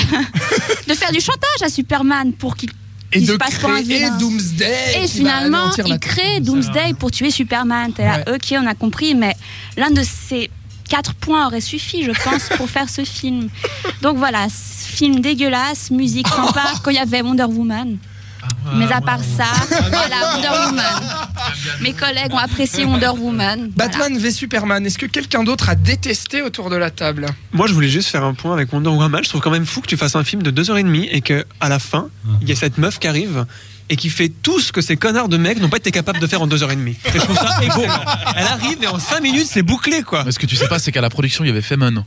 de faire du chantage à Superman pour qu'il et il de se passe créer Doomsday. Et finalement, il crée Doomsday pour tuer Superman. T'es là, ouais. Ok, on a compris, mais l'un de ces quatre points aurait suffi, je pense, pour faire ce film. Donc voilà, film dégueulasse, musique sympa, quand il y avait Wonder Woman. Mais à part ça, voilà, Wonder Woman. Mes collègues ont apprécié Wonder Woman. Batman voilà. v Superman, est-ce que quelqu'un d'autre a détesté autour de la table? Moi, je voulais juste faire un point avec Wonder Woman. Je trouve quand même fou que tu fasses un film de deux heures trente et qu'à la fin, il y a cette meuf qui arrive et qui fait tout ce que ces connards de mecs n'ont pas été capables de faire en deux heures trente. Et je trouve ça excellent. Elle arrive et en cinq minutes, c'est bouclé, quoi. Mais ce que tu sais pas, c'est qu'à la production, il y avait Femen.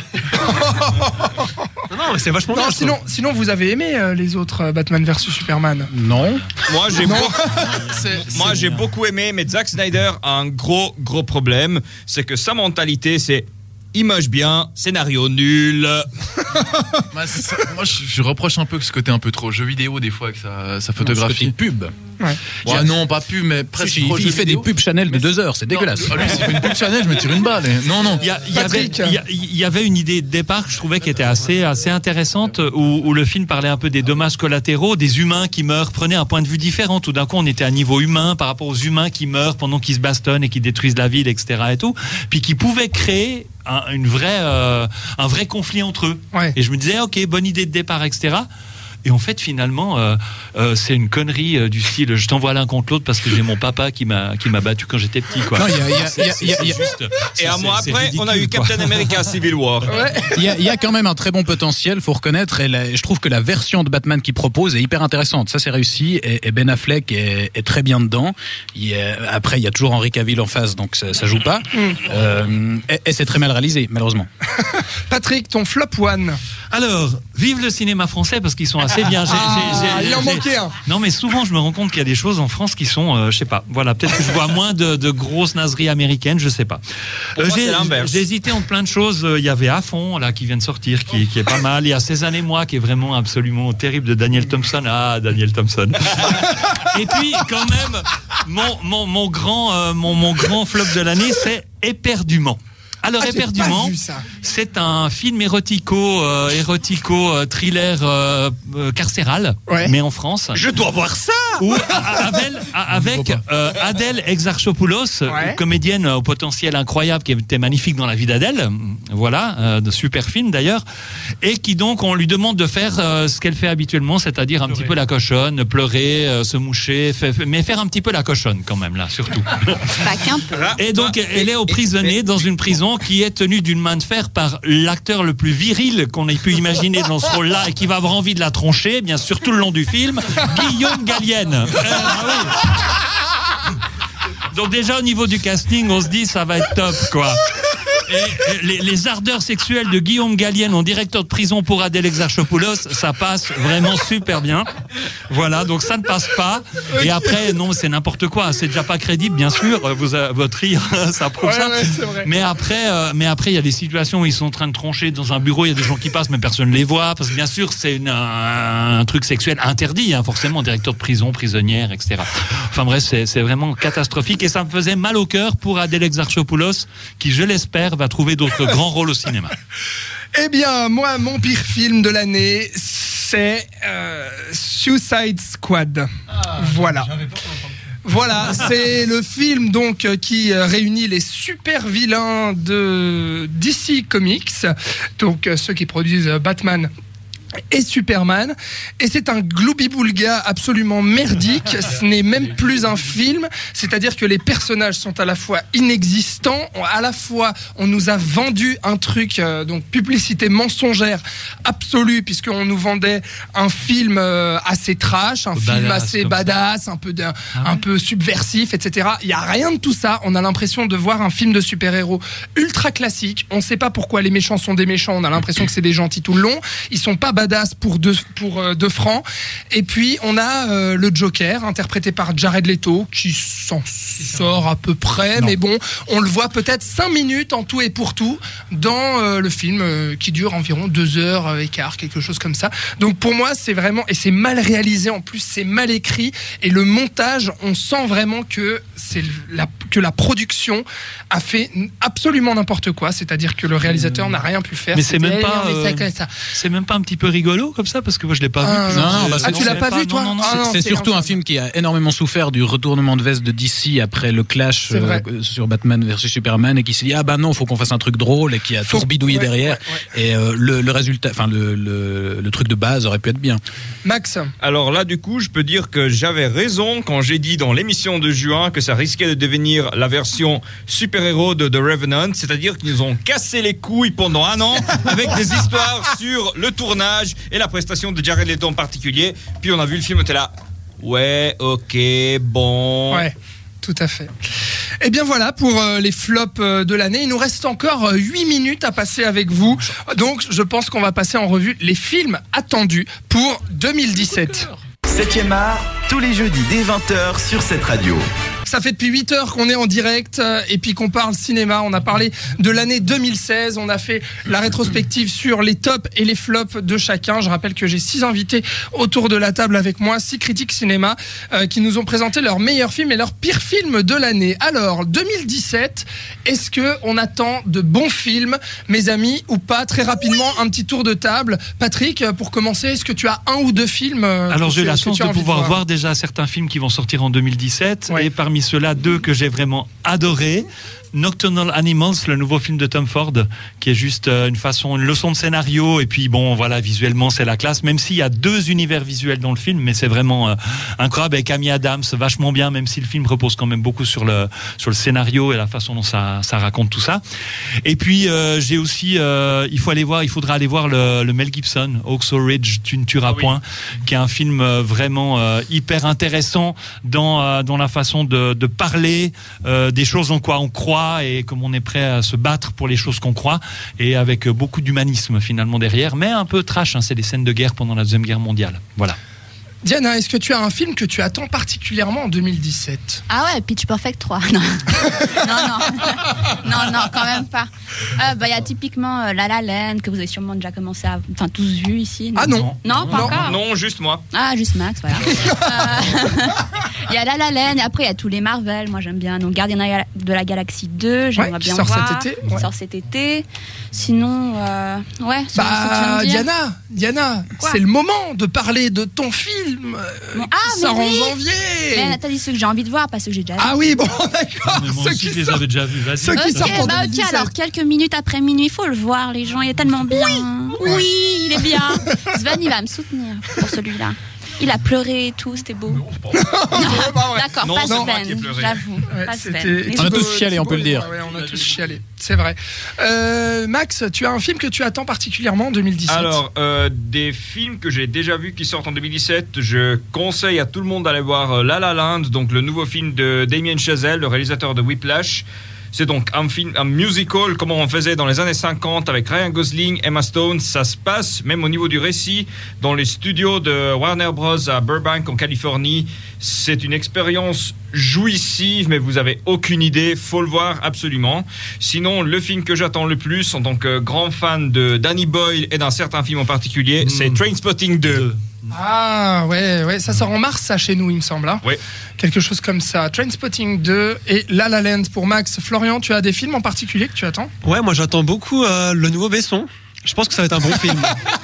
Non, non, mais c'est vachement non, bien. Sinon, sinon, vous avez aimé euh, les autres euh, Batman versus Superman? Non. Moi, j'ai, non. Beau... c'est, Moi, c'est j'ai beaucoup aimé, mais Zack Snyder a un gros, gros problème. C'est que sa mentalité, c'est image bien, scénario nul. Bah, ça, moi, je, je reproche un peu ce côté un peu trop jeu vidéo des fois avec sa, sa photographie. Non, pub. Ouais. Ouais, non, pas pub, mais presque. Il, il fait vidéo. Des pubs Chanel de deux heures, c'est non, dégueulasse. Ah, lui, s'il fait une pub Chanel, je me tire une balle. Non, non. Il y, a, il, y avait, il, y a, il y avait une idée de départ que je trouvais qui était assez, assez intéressante, où, où le film parlait un peu des dommages collatéraux, des humains qui meurent, prenait un point de vue différent. Tout d'un coup, on était à niveau humain par rapport aux humains qui meurent pendant qu'ils se bastonnent et qui détruisent la ville, et cetera. Et tout, puis qui pouvaient créer un, une vraie, euh, un vrai conflit entre eux. Ouais. Et je me disais, ok, bonne idée de départ, et cetera. Et en fait, finalement, euh, euh, c'est une connerie euh, du style je t'envoie l'un contre l'autre parce que j'ai mon papa qui m'a, qui m'a battu quand j'étais petit, quoi. Non, y a, y a, c'est, y a, c'est, y a, c'est juste, et un mois après, ridicule, on a eu Captain quoi. America Civil War. Il ouais. y, y a quand même un très bon potentiel, faut reconnaître. Et la, je trouve que la version de Batman qu'il propose est hyper intéressante. Ça, c'est réussi. Et, et Ben Affleck est, est très bien dedans. Il est, après, il y a toujours Henry Cavill en face, donc ça, ça joue pas. Mm. Euh, et, et c'est très mal réalisé, malheureusement. Patrick, ton flop one. Alors, vive le cinéma français parce qu'ils sont assez bien. J'ai, ah, j'ai, j'ai, il en j'ai... manquait un. Non, mais souvent, je me rends compte qu'il y a des choses en France qui sont, euh, je sais pas. Voilà, peut-être que je vois moins de, de grosses nazeries américaines, je sais pas. Euh, moi, j'ai, j'ai hésité entre plein de choses. Il y avait À fond, là, qui vient de sortir, qui, qui est pas mal. Il y a Ces années moi, qui est vraiment absolument terrible, de Daniel Thompson. Ah, Daniel Thompson. Et puis, quand même, mon, mon, mon grand, euh, mon, mon grand flop de l'année, c'est Éperdument. Alors, ah, Éperdument, c'est un film érotico, euh, érotico euh, thriller euh, euh, carcéral, ouais. mais en France. Je dois voir ça. Ou Adèle, avec euh, Adèle Exarchopoulos, Ouais. comédienne au potentiel incroyable, qui était magnifique dans La vie d'Adèle, voilà, euh, de super film d'ailleurs, et qui donc on lui demande de faire euh, ce qu'elle fait habituellement, c'est-à-dire un Pleurer. petit peu la cochonne, pleurer, euh, se moucher, fait, fait- mais faire un petit peu la cochonne quand même là, surtout. Pas qu'un peu. Et donc elle est emprisonnée dans une prison qui est tenue d'une main de fer par l'acteur le plus viril qu'on ait pu imaginer dans ce rôle-là et qui va avoir envie de la troncher, bien sûr tout le long du film, Guillaume Gallienne. Euh, ah oui. Donc déjà au niveau du casting, on se dit ça va être top quoi. Et les, les ardeurs sexuelles de Guillaume Gallienne en directeur de prison pour Adèle Exarchopoulos, ça passe vraiment super bien. Voilà, donc ça ne passe pas. Et après, non, c'est n'importe quoi. C'est déjà pas crédible, bien sûr. Vous, euh, votre rire, ça prouve Ouais, ça. ouais, c'est vrai. Mais après, euh, mais après, il y a des situations où ils sont en train de trancher dans un bureau. Il y a des gens qui passent, mais personne ne les voit parce que bien sûr, c'est une- un, un truc sexuel interdit, hein, forcément, directeur de prison, prisonnière, et cetera. Enfin bref, c'est c'est vraiment catastrophique et ça me faisait mal au cœur pour Adèle Exarchopoulos, qui, je l'espère, va trouver d'autres grands rôles au cinéma. Eh bien, moi, mon pire film de l'année, c'est euh, Suicide Squad. Voilà. Voilà, c'est le film donc euh, qui euh, réunit les super vilains de D C Comics, donc euh, ceux qui produisent euh, Batman et Superman, et c'est un gloubi-boulga absolument merdique. Ce n'est même plus un film, c'est-à-dire que les personnages sont à la fois inexistants, à la fois on nous a vendu un truc, euh, donc publicité mensongère absolue, puisqu'on nous vendait un film euh, assez trash, un film Badass, assez comme badass, un peu, d'un- Ah ouais un peu subversif, et cetera. Il n'y a rien de tout ça, on a l'impression de voir un film de super-héros ultra classique, on ne sait pas pourquoi les méchants sont des méchants, on a l'impression que c'est des gentils tout le long, ils sont pas badass pour deux, pour euh, deux francs. Et puis on a euh, le Joker interprété par Jared Leto qui s'en sort à peu près, Non. mais bon, on le voit peut-être cinq minutes en tout et pour tout dans euh, le film euh, qui dure environ deux heures euh, et quart, quelque chose comme ça. Donc pour moi c'est vraiment, et c'est mal réalisé en plus, c'est mal écrit, et le montage, on sent vraiment que c'est la, que la production a fait absolument n'importe quoi, c'est-à-dire que le réalisateur n'a rien pu faire. Mais c'est C'était, même pas, mais ça, euh, ça. C'est même pas un petit peu rigolo comme ça, parce que moi je l'ai pas Ah, vu. non, non, bah, Ah, tu l'as pas vu, toi Non, non, non. Ah, non, C'est c'est surtout un l'enfer. film qui a énormément souffert du retournement de veste de D C après le clash C'est vrai. euh, sur Batman versus Superman et qui s'est dit ah bah non faut qu'on fasse un truc drôle et qui a Faut- tourbidouillé ouais, derrière ouais, et euh, le, le résultat enfin le, le, le truc de base aurait pu être bien. Max, Alors là, du coup, je peux dire que j'avais raison quand j'ai dit dans l'émission de juin que ça risquait de devenir la version super-héros de The Revenant, c'est-à-dire qu'ils nous ont cassé les couilles pendant un an avec des histoires sur le tournage et la prestation de Jared Leto en particulier. Puis on a vu le film, on était là. Ouais, ok, bon. ouais. Tout à fait. Et bien voilà pour euh, les flops euh, de l'année. Il nous reste encore euh, huit minutes à passer avec vous. Donc je pense qu'on va passer en revue les films attendus pour deux mille dix-sept. septième art, tous les jeudis dès vingt heures sur cette radio. Ça fait depuis huit heures qu'on est en direct euh, et puis qu'on parle cinéma. On a parlé de l'année deux mille seize. On a fait la rétrospective sur les tops et les flops de chacun. Je rappelle que j'ai six invités autour de la table avec moi, six critiques cinéma euh, qui nous ont présenté leurs meilleurs films et leurs pires films de l'année. Alors, deux mille dix-sept, est-ce que on attend de bons films, mes amis, ou pas? Très rapidement, un petit tour de table. Patrick, pour commencer, est-ce que tu as un ou deux films euh, Alors que j'ai eu tu- la que chance tu as de envie pouvoir voir voir déjà certains films qui vont sortir en deux mille dix-sept Ouais. et parmi ceux-là deux que j'ai vraiment adorés. Nocturnal Animals, le nouveau film de Tom Ford, qui est juste euh, une façon, une leçon de scénario, et puis bon, voilà, visuellement c'est la classe, même s'il y a deux univers visuels dans le film, mais c'est vraiment euh, incroyable, avec Amy Adams, vachement bien, même si le film repose quand même beaucoup sur le sur le scénario et la façon dont ça ça raconte tout ça. Et puis euh, j'ai aussi, euh, il faut aller voir, il faudra aller voir le, le Mel Gibson, Hacksaw Ridge, Tu ne tueras point, qui est un film euh, vraiment euh, hyper intéressant dans euh, dans la façon de de parler euh, des choses en quoi on croit et comme on est prêt à se battre pour les choses qu'on croit, et avec beaucoup d'humanisme finalement derrière, mais un peu trash, hein, c'est des scènes de guerre pendant la Deuxième Guerre mondiale. Voilà. Diana, est-ce que tu as un film que tu attends particulièrement en deux mille dix-sept? Ah ouais, Pitch Perfect trois. Non, non, non, non, non, quand même pas. Il euh, bah, y a typiquement euh, La La Land, que vous avez sûrement déjà commencé à... Enfin, tous vu ici. Ah non. Non, pas Non. encore. Non, juste moi. Ah, juste Max, voilà. euh, Il y a La La Land, et après il y a tous les Marvel. Moi j'aime bien. Donc Gardien de la Galaxie deux, j'aimerais Ouais, qui bien sort voir. cet été, Qui ouais. sort cet été. Sinon, euh, ouais. sur ce que tu viens Bah, de dire. Diana, Diana, Quoi c'est le moment de parler de ton film euh, Bon, qui ah, sort mais en oui. janvier. Mais t'as dit ceux que j'ai envie de voir, pas ceux que j'ai déjà vus. Ah oui, bon, d'accord. Mais moi Ceux aussi, qui je les sortent- avais déjà vus. Vas-y. ceux qui Ok, sortent en bah ok, deux mille dix-sept. alors quelques minutes après minuit, il faut le voir, les gens, il est tellement bien. Oui, il est bien. Sven, il va me soutenir pour celui-là. Il a pleuré et tout, c'était beau. D'accord, Non, pas c'est moi qui ai Sven, pleuré. j'avoue. Ouais, Pas c'était- Sven. Mais On a Thibaut- tous chialé, on peut le dire. Ouais, on a tous chialé, c'est vrai. Euh, Max, tu as un film que tu attends particulièrement en deux mille dix-sept? Alors, euh, des films que j'ai déjà vus qui sortent en deux mille dix-sept, je conseille à tout le monde d'aller voir euh, La La Land, donc le nouveau film de Damien Chazelle, le réalisateur de Whiplash. C'est donc un film, un musical, comme on faisait dans les années cinquante avec Ryan Gosling, Emma Stone. Ça se passe, même au niveau du récit, dans les studios de Warner Bros. À Burbank, en Californie. C'est une expérience jouissive, mais vous avez aucune idée. Faut le voir absolument. Sinon, le film que j'attends le plus, en tant que grand fan de Danny Boyle et d'un certain film en particulier, c'est Trainspotting deux. Ah ouais, ouais, ça sort en mars, ça, chez nous, il me semble. Hein. Ouais. Quelque chose comme ça. Trainspotting deux et La La Land pour Max. Florian, tu as des films en particulier que tu attends? Ouais, moi j'attends beaucoup euh, le nouveau Besson. Je pense que ça va être un bon film.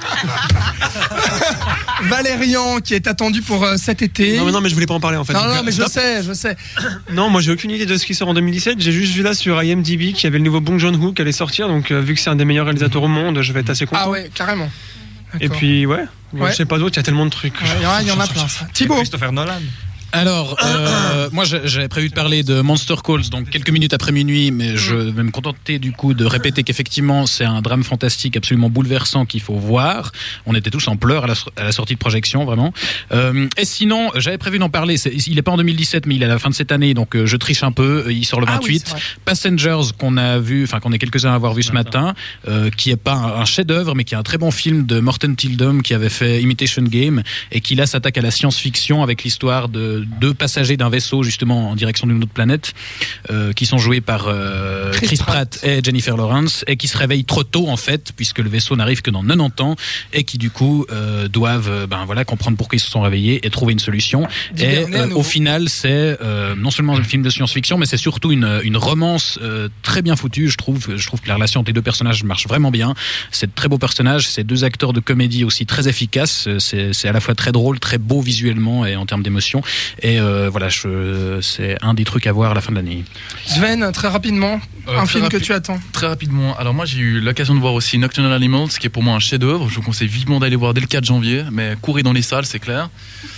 Valérian, qui est attendu pour euh, cet été. Non mais non mais je voulais pas en parler en fait. non, Donc, non, euh, mais je stop. sais, je sais. Non, moi j'ai aucune idée de ce qui sort en deux mille dix-sept. J'ai juste vu là sur I M D B qu'il y avait le nouveau Bong Joon-ho qui allait sortir. Donc euh, vu que c'est un des meilleurs réalisateurs au monde, je vais être assez content. Ah ouais, carrément. Et D'accord. puis ouais, Ouais. je sais pas d'autre. Il y a tellement de trucs. Ouais, il y en a- il y en a plein. Ça. Thibaut. Christopher Nolan. Alors, euh, moi j'ai- j'avais prévu de parler de Monster Calls, donc quelques minutes après minuit, mais je vais me contenter du coup de répéter qu'effectivement c'est un drame fantastique absolument bouleversant qu'il faut voir. On était tous en pleurs à la, à la sortie de projection, vraiment. Euh, et sinon, j'avais prévu d'en parler, c'est- il est pas en deux mille dix-sept, mais il est à la fin de cette année, donc euh, je triche un peu, il sort le Ah oui, vingt-huit. c'est vrai. Passengers, qu'on a vu, enfin qu'on est quelques-uns à avoir vu ce matin, euh, qui est pas un, un chef-d'œuvre, mais qui est un très bon film de Morten Tildum qui avait fait Imitation Game et qui là s'attaque à la science-fiction avec l'histoire de deux passagers d'un vaisseau justement en direction d'une autre planète, euh, qui sont joués par euh, Chris Chris, Pratt. Pratt et Jennifer Lawrence, et qui se réveillent trop tôt en fait, puisque le vaisseau n'arrive que dans quatre-vingt-dix ans, et qui du coup euh, doivent euh, ben voilà comprendre pourquoi ils se sont réveillés et trouver une solution. Et D'hiberner à euh, nouveau. au final, c'est euh, non seulement un film de science-fiction, mais c'est surtout une, une romance euh, très bien foutue. Je trouve, je trouve que la relation entre les deux personnages marche vraiment bien. C'est de très beaux personnages, c'est deux acteurs de comédie aussi très efficaces. C'est, c'est à la fois très drôle, très beau visuellement et en termes d'émotion. Et euh, voilà, je, c'est un des trucs à voir à la fin de l'année. Sven, très rapidement, Euh, un très film que rapi- tu attends. Très rapidement. Alors moi j'ai eu l'occasion de voir aussi Nocturnal Animals, qui est pour moi un chef-d'œuvre. Je vous conseille vivement d'aller voir dès le quatre janvier, mais courez dans les salles, c'est clair.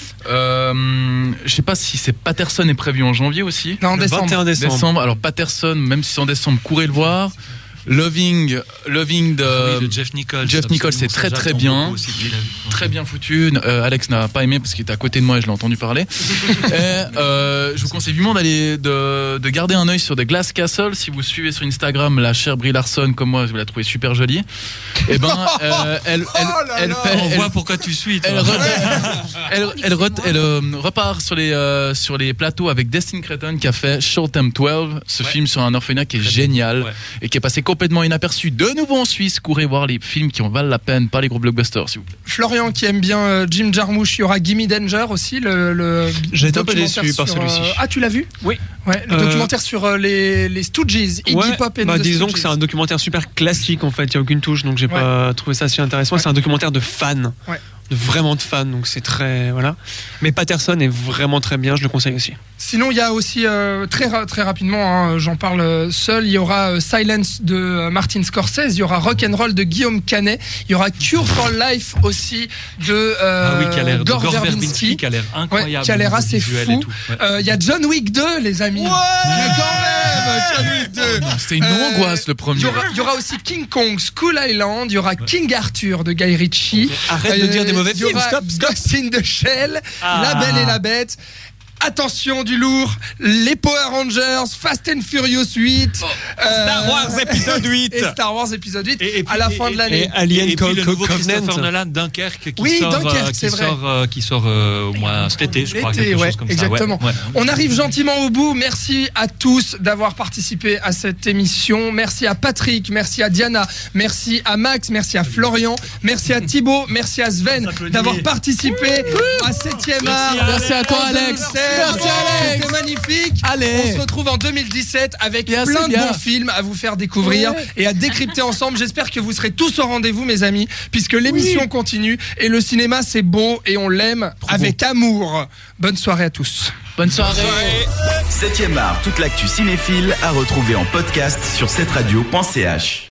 Euh, je sais pas si c'est Patterson est prévu en janvier aussi. Non, en Le décembre. vingt et un décembre. Décembre. Alors Patterson, même si c'est en décembre, courez le voir. Loving, Loving de, Oui, de Jeff Nichols. Jeff Nichols, c'est Absolument, très, ça, très j'attends bien. beaucoup aussi qu'il a vu. très bien foutu. Euh, Alex n'a pas aimé parce qu'il était à côté de moi et je l'ai entendu parler. Et, euh, je vous conseille vivement d'aller de, de garder un œil sur The Glass Castle. Si vous suivez sur Instagram la chère Brie Larson comme moi, vous la trouvez super jolie. Et ben, euh, elle, elle, Oh là elle, là. elle- On elle- voit pourquoi tu suis. toi. elle, re- elle, elle, re- elle, euh, repart sur les, euh, sur les plateaux avec Destin Cretton qui a fait Short Term douze, ce film sur un orphelinat qui est génial Ouais. et qui est passé complètement inaperçu de nouveau en Suisse. Courez voir les films qui en valent la peine, pas les gros blockbusters, s'il vous plaît. Florian qui aime bien euh, Jim Jarmusch, il y aura Gimme Danger aussi, le, le J'ai été un peu documentaire déçu par sur, celui-ci. euh, Ah, tu l'as vu? Oui. Ouais, le Euh, documentaire sur euh, les, les Stooges, Iggy Ouais, Pop et bah, the disons Stooges. que c'est un documentaire super classique en fait, il n'y a aucune touche donc j'ai Ouais. pas trouvé ça si intéressant. Ouais. C'est un documentaire de fans, Ouais. de vraiment de fans, donc c'est très. Voilà. Mais Patterson est vraiment très bien, je le conseille aussi. Sinon, il y a aussi, euh, très, ra- très rapidement, hein, j'en parle euh, seul, il y aura euh, Silence de euh, Martin Scorsese, il y aura Rock'n'Roll de Guillaume Canet, il y aura Cure for Life aussi de euh, Ah oui, qui a l'air de Gore Gore Verbinski. Verbinski, qui a l'air incroyable. Ouais, qui a l'air au niveau assez visuel fou. et tout. Ouais. Euh, Il y a John Wick deux, les amis. Ouais, quand même, John Wick deux. Non, c'était une Euh, angoisse le Il premier. y, aura, il y aura aussi King Kong, Skull Island, il y aura King Arthur de Guy Ritchie. Arrête de dire des mauvais il y films, aura stop, stop. Ghost in the Shell, Ah. La Belle et la Bête. Attention du lourd, les Power Rangers, Fast and Furious huit, euh, Star Wars épisode huit. et Star Wars épisode huit Et- et puis- à la et- fin et- de l'année. Et Alien et, et puis Co- le Co- nouveau Christopher Covenant. Nolan, Dunkerque, qui Oui, sort, Dunkerque, euh, c'est qui vrai. sort, euh, qui sort euh, au moins cet été, je crois, L'été, quelque ouais, chose comme exactement. ça. Ouais, ouais. On arrive gentiment au bout. Merci à tous d'avoir participé à cette émission. Merci à Patrick, merci à Diana, merci à Max, merci à Florian, merci à Thibaut, merci à Sven d'avoir participé à septième art. Merci à toi, en Alex. deux mille dix-sept. Merci Alex. C'était magnifique. Allez. On se retrouve en deux mille dix-sept avec Bien, plein c'est de bien. bons films à vous faire découvrir Ouais. et à décrypter ensemble. J'espère que vous serez tous au rendez-vous, mes amis, puisque l'émission continue et le cinéma c'est beau et on l'aime avec amour. Bonne soirée à tous. Bonne soirée. septième art, toute l'actu cinéphile à retrouver en podcast sur sept radio point c h.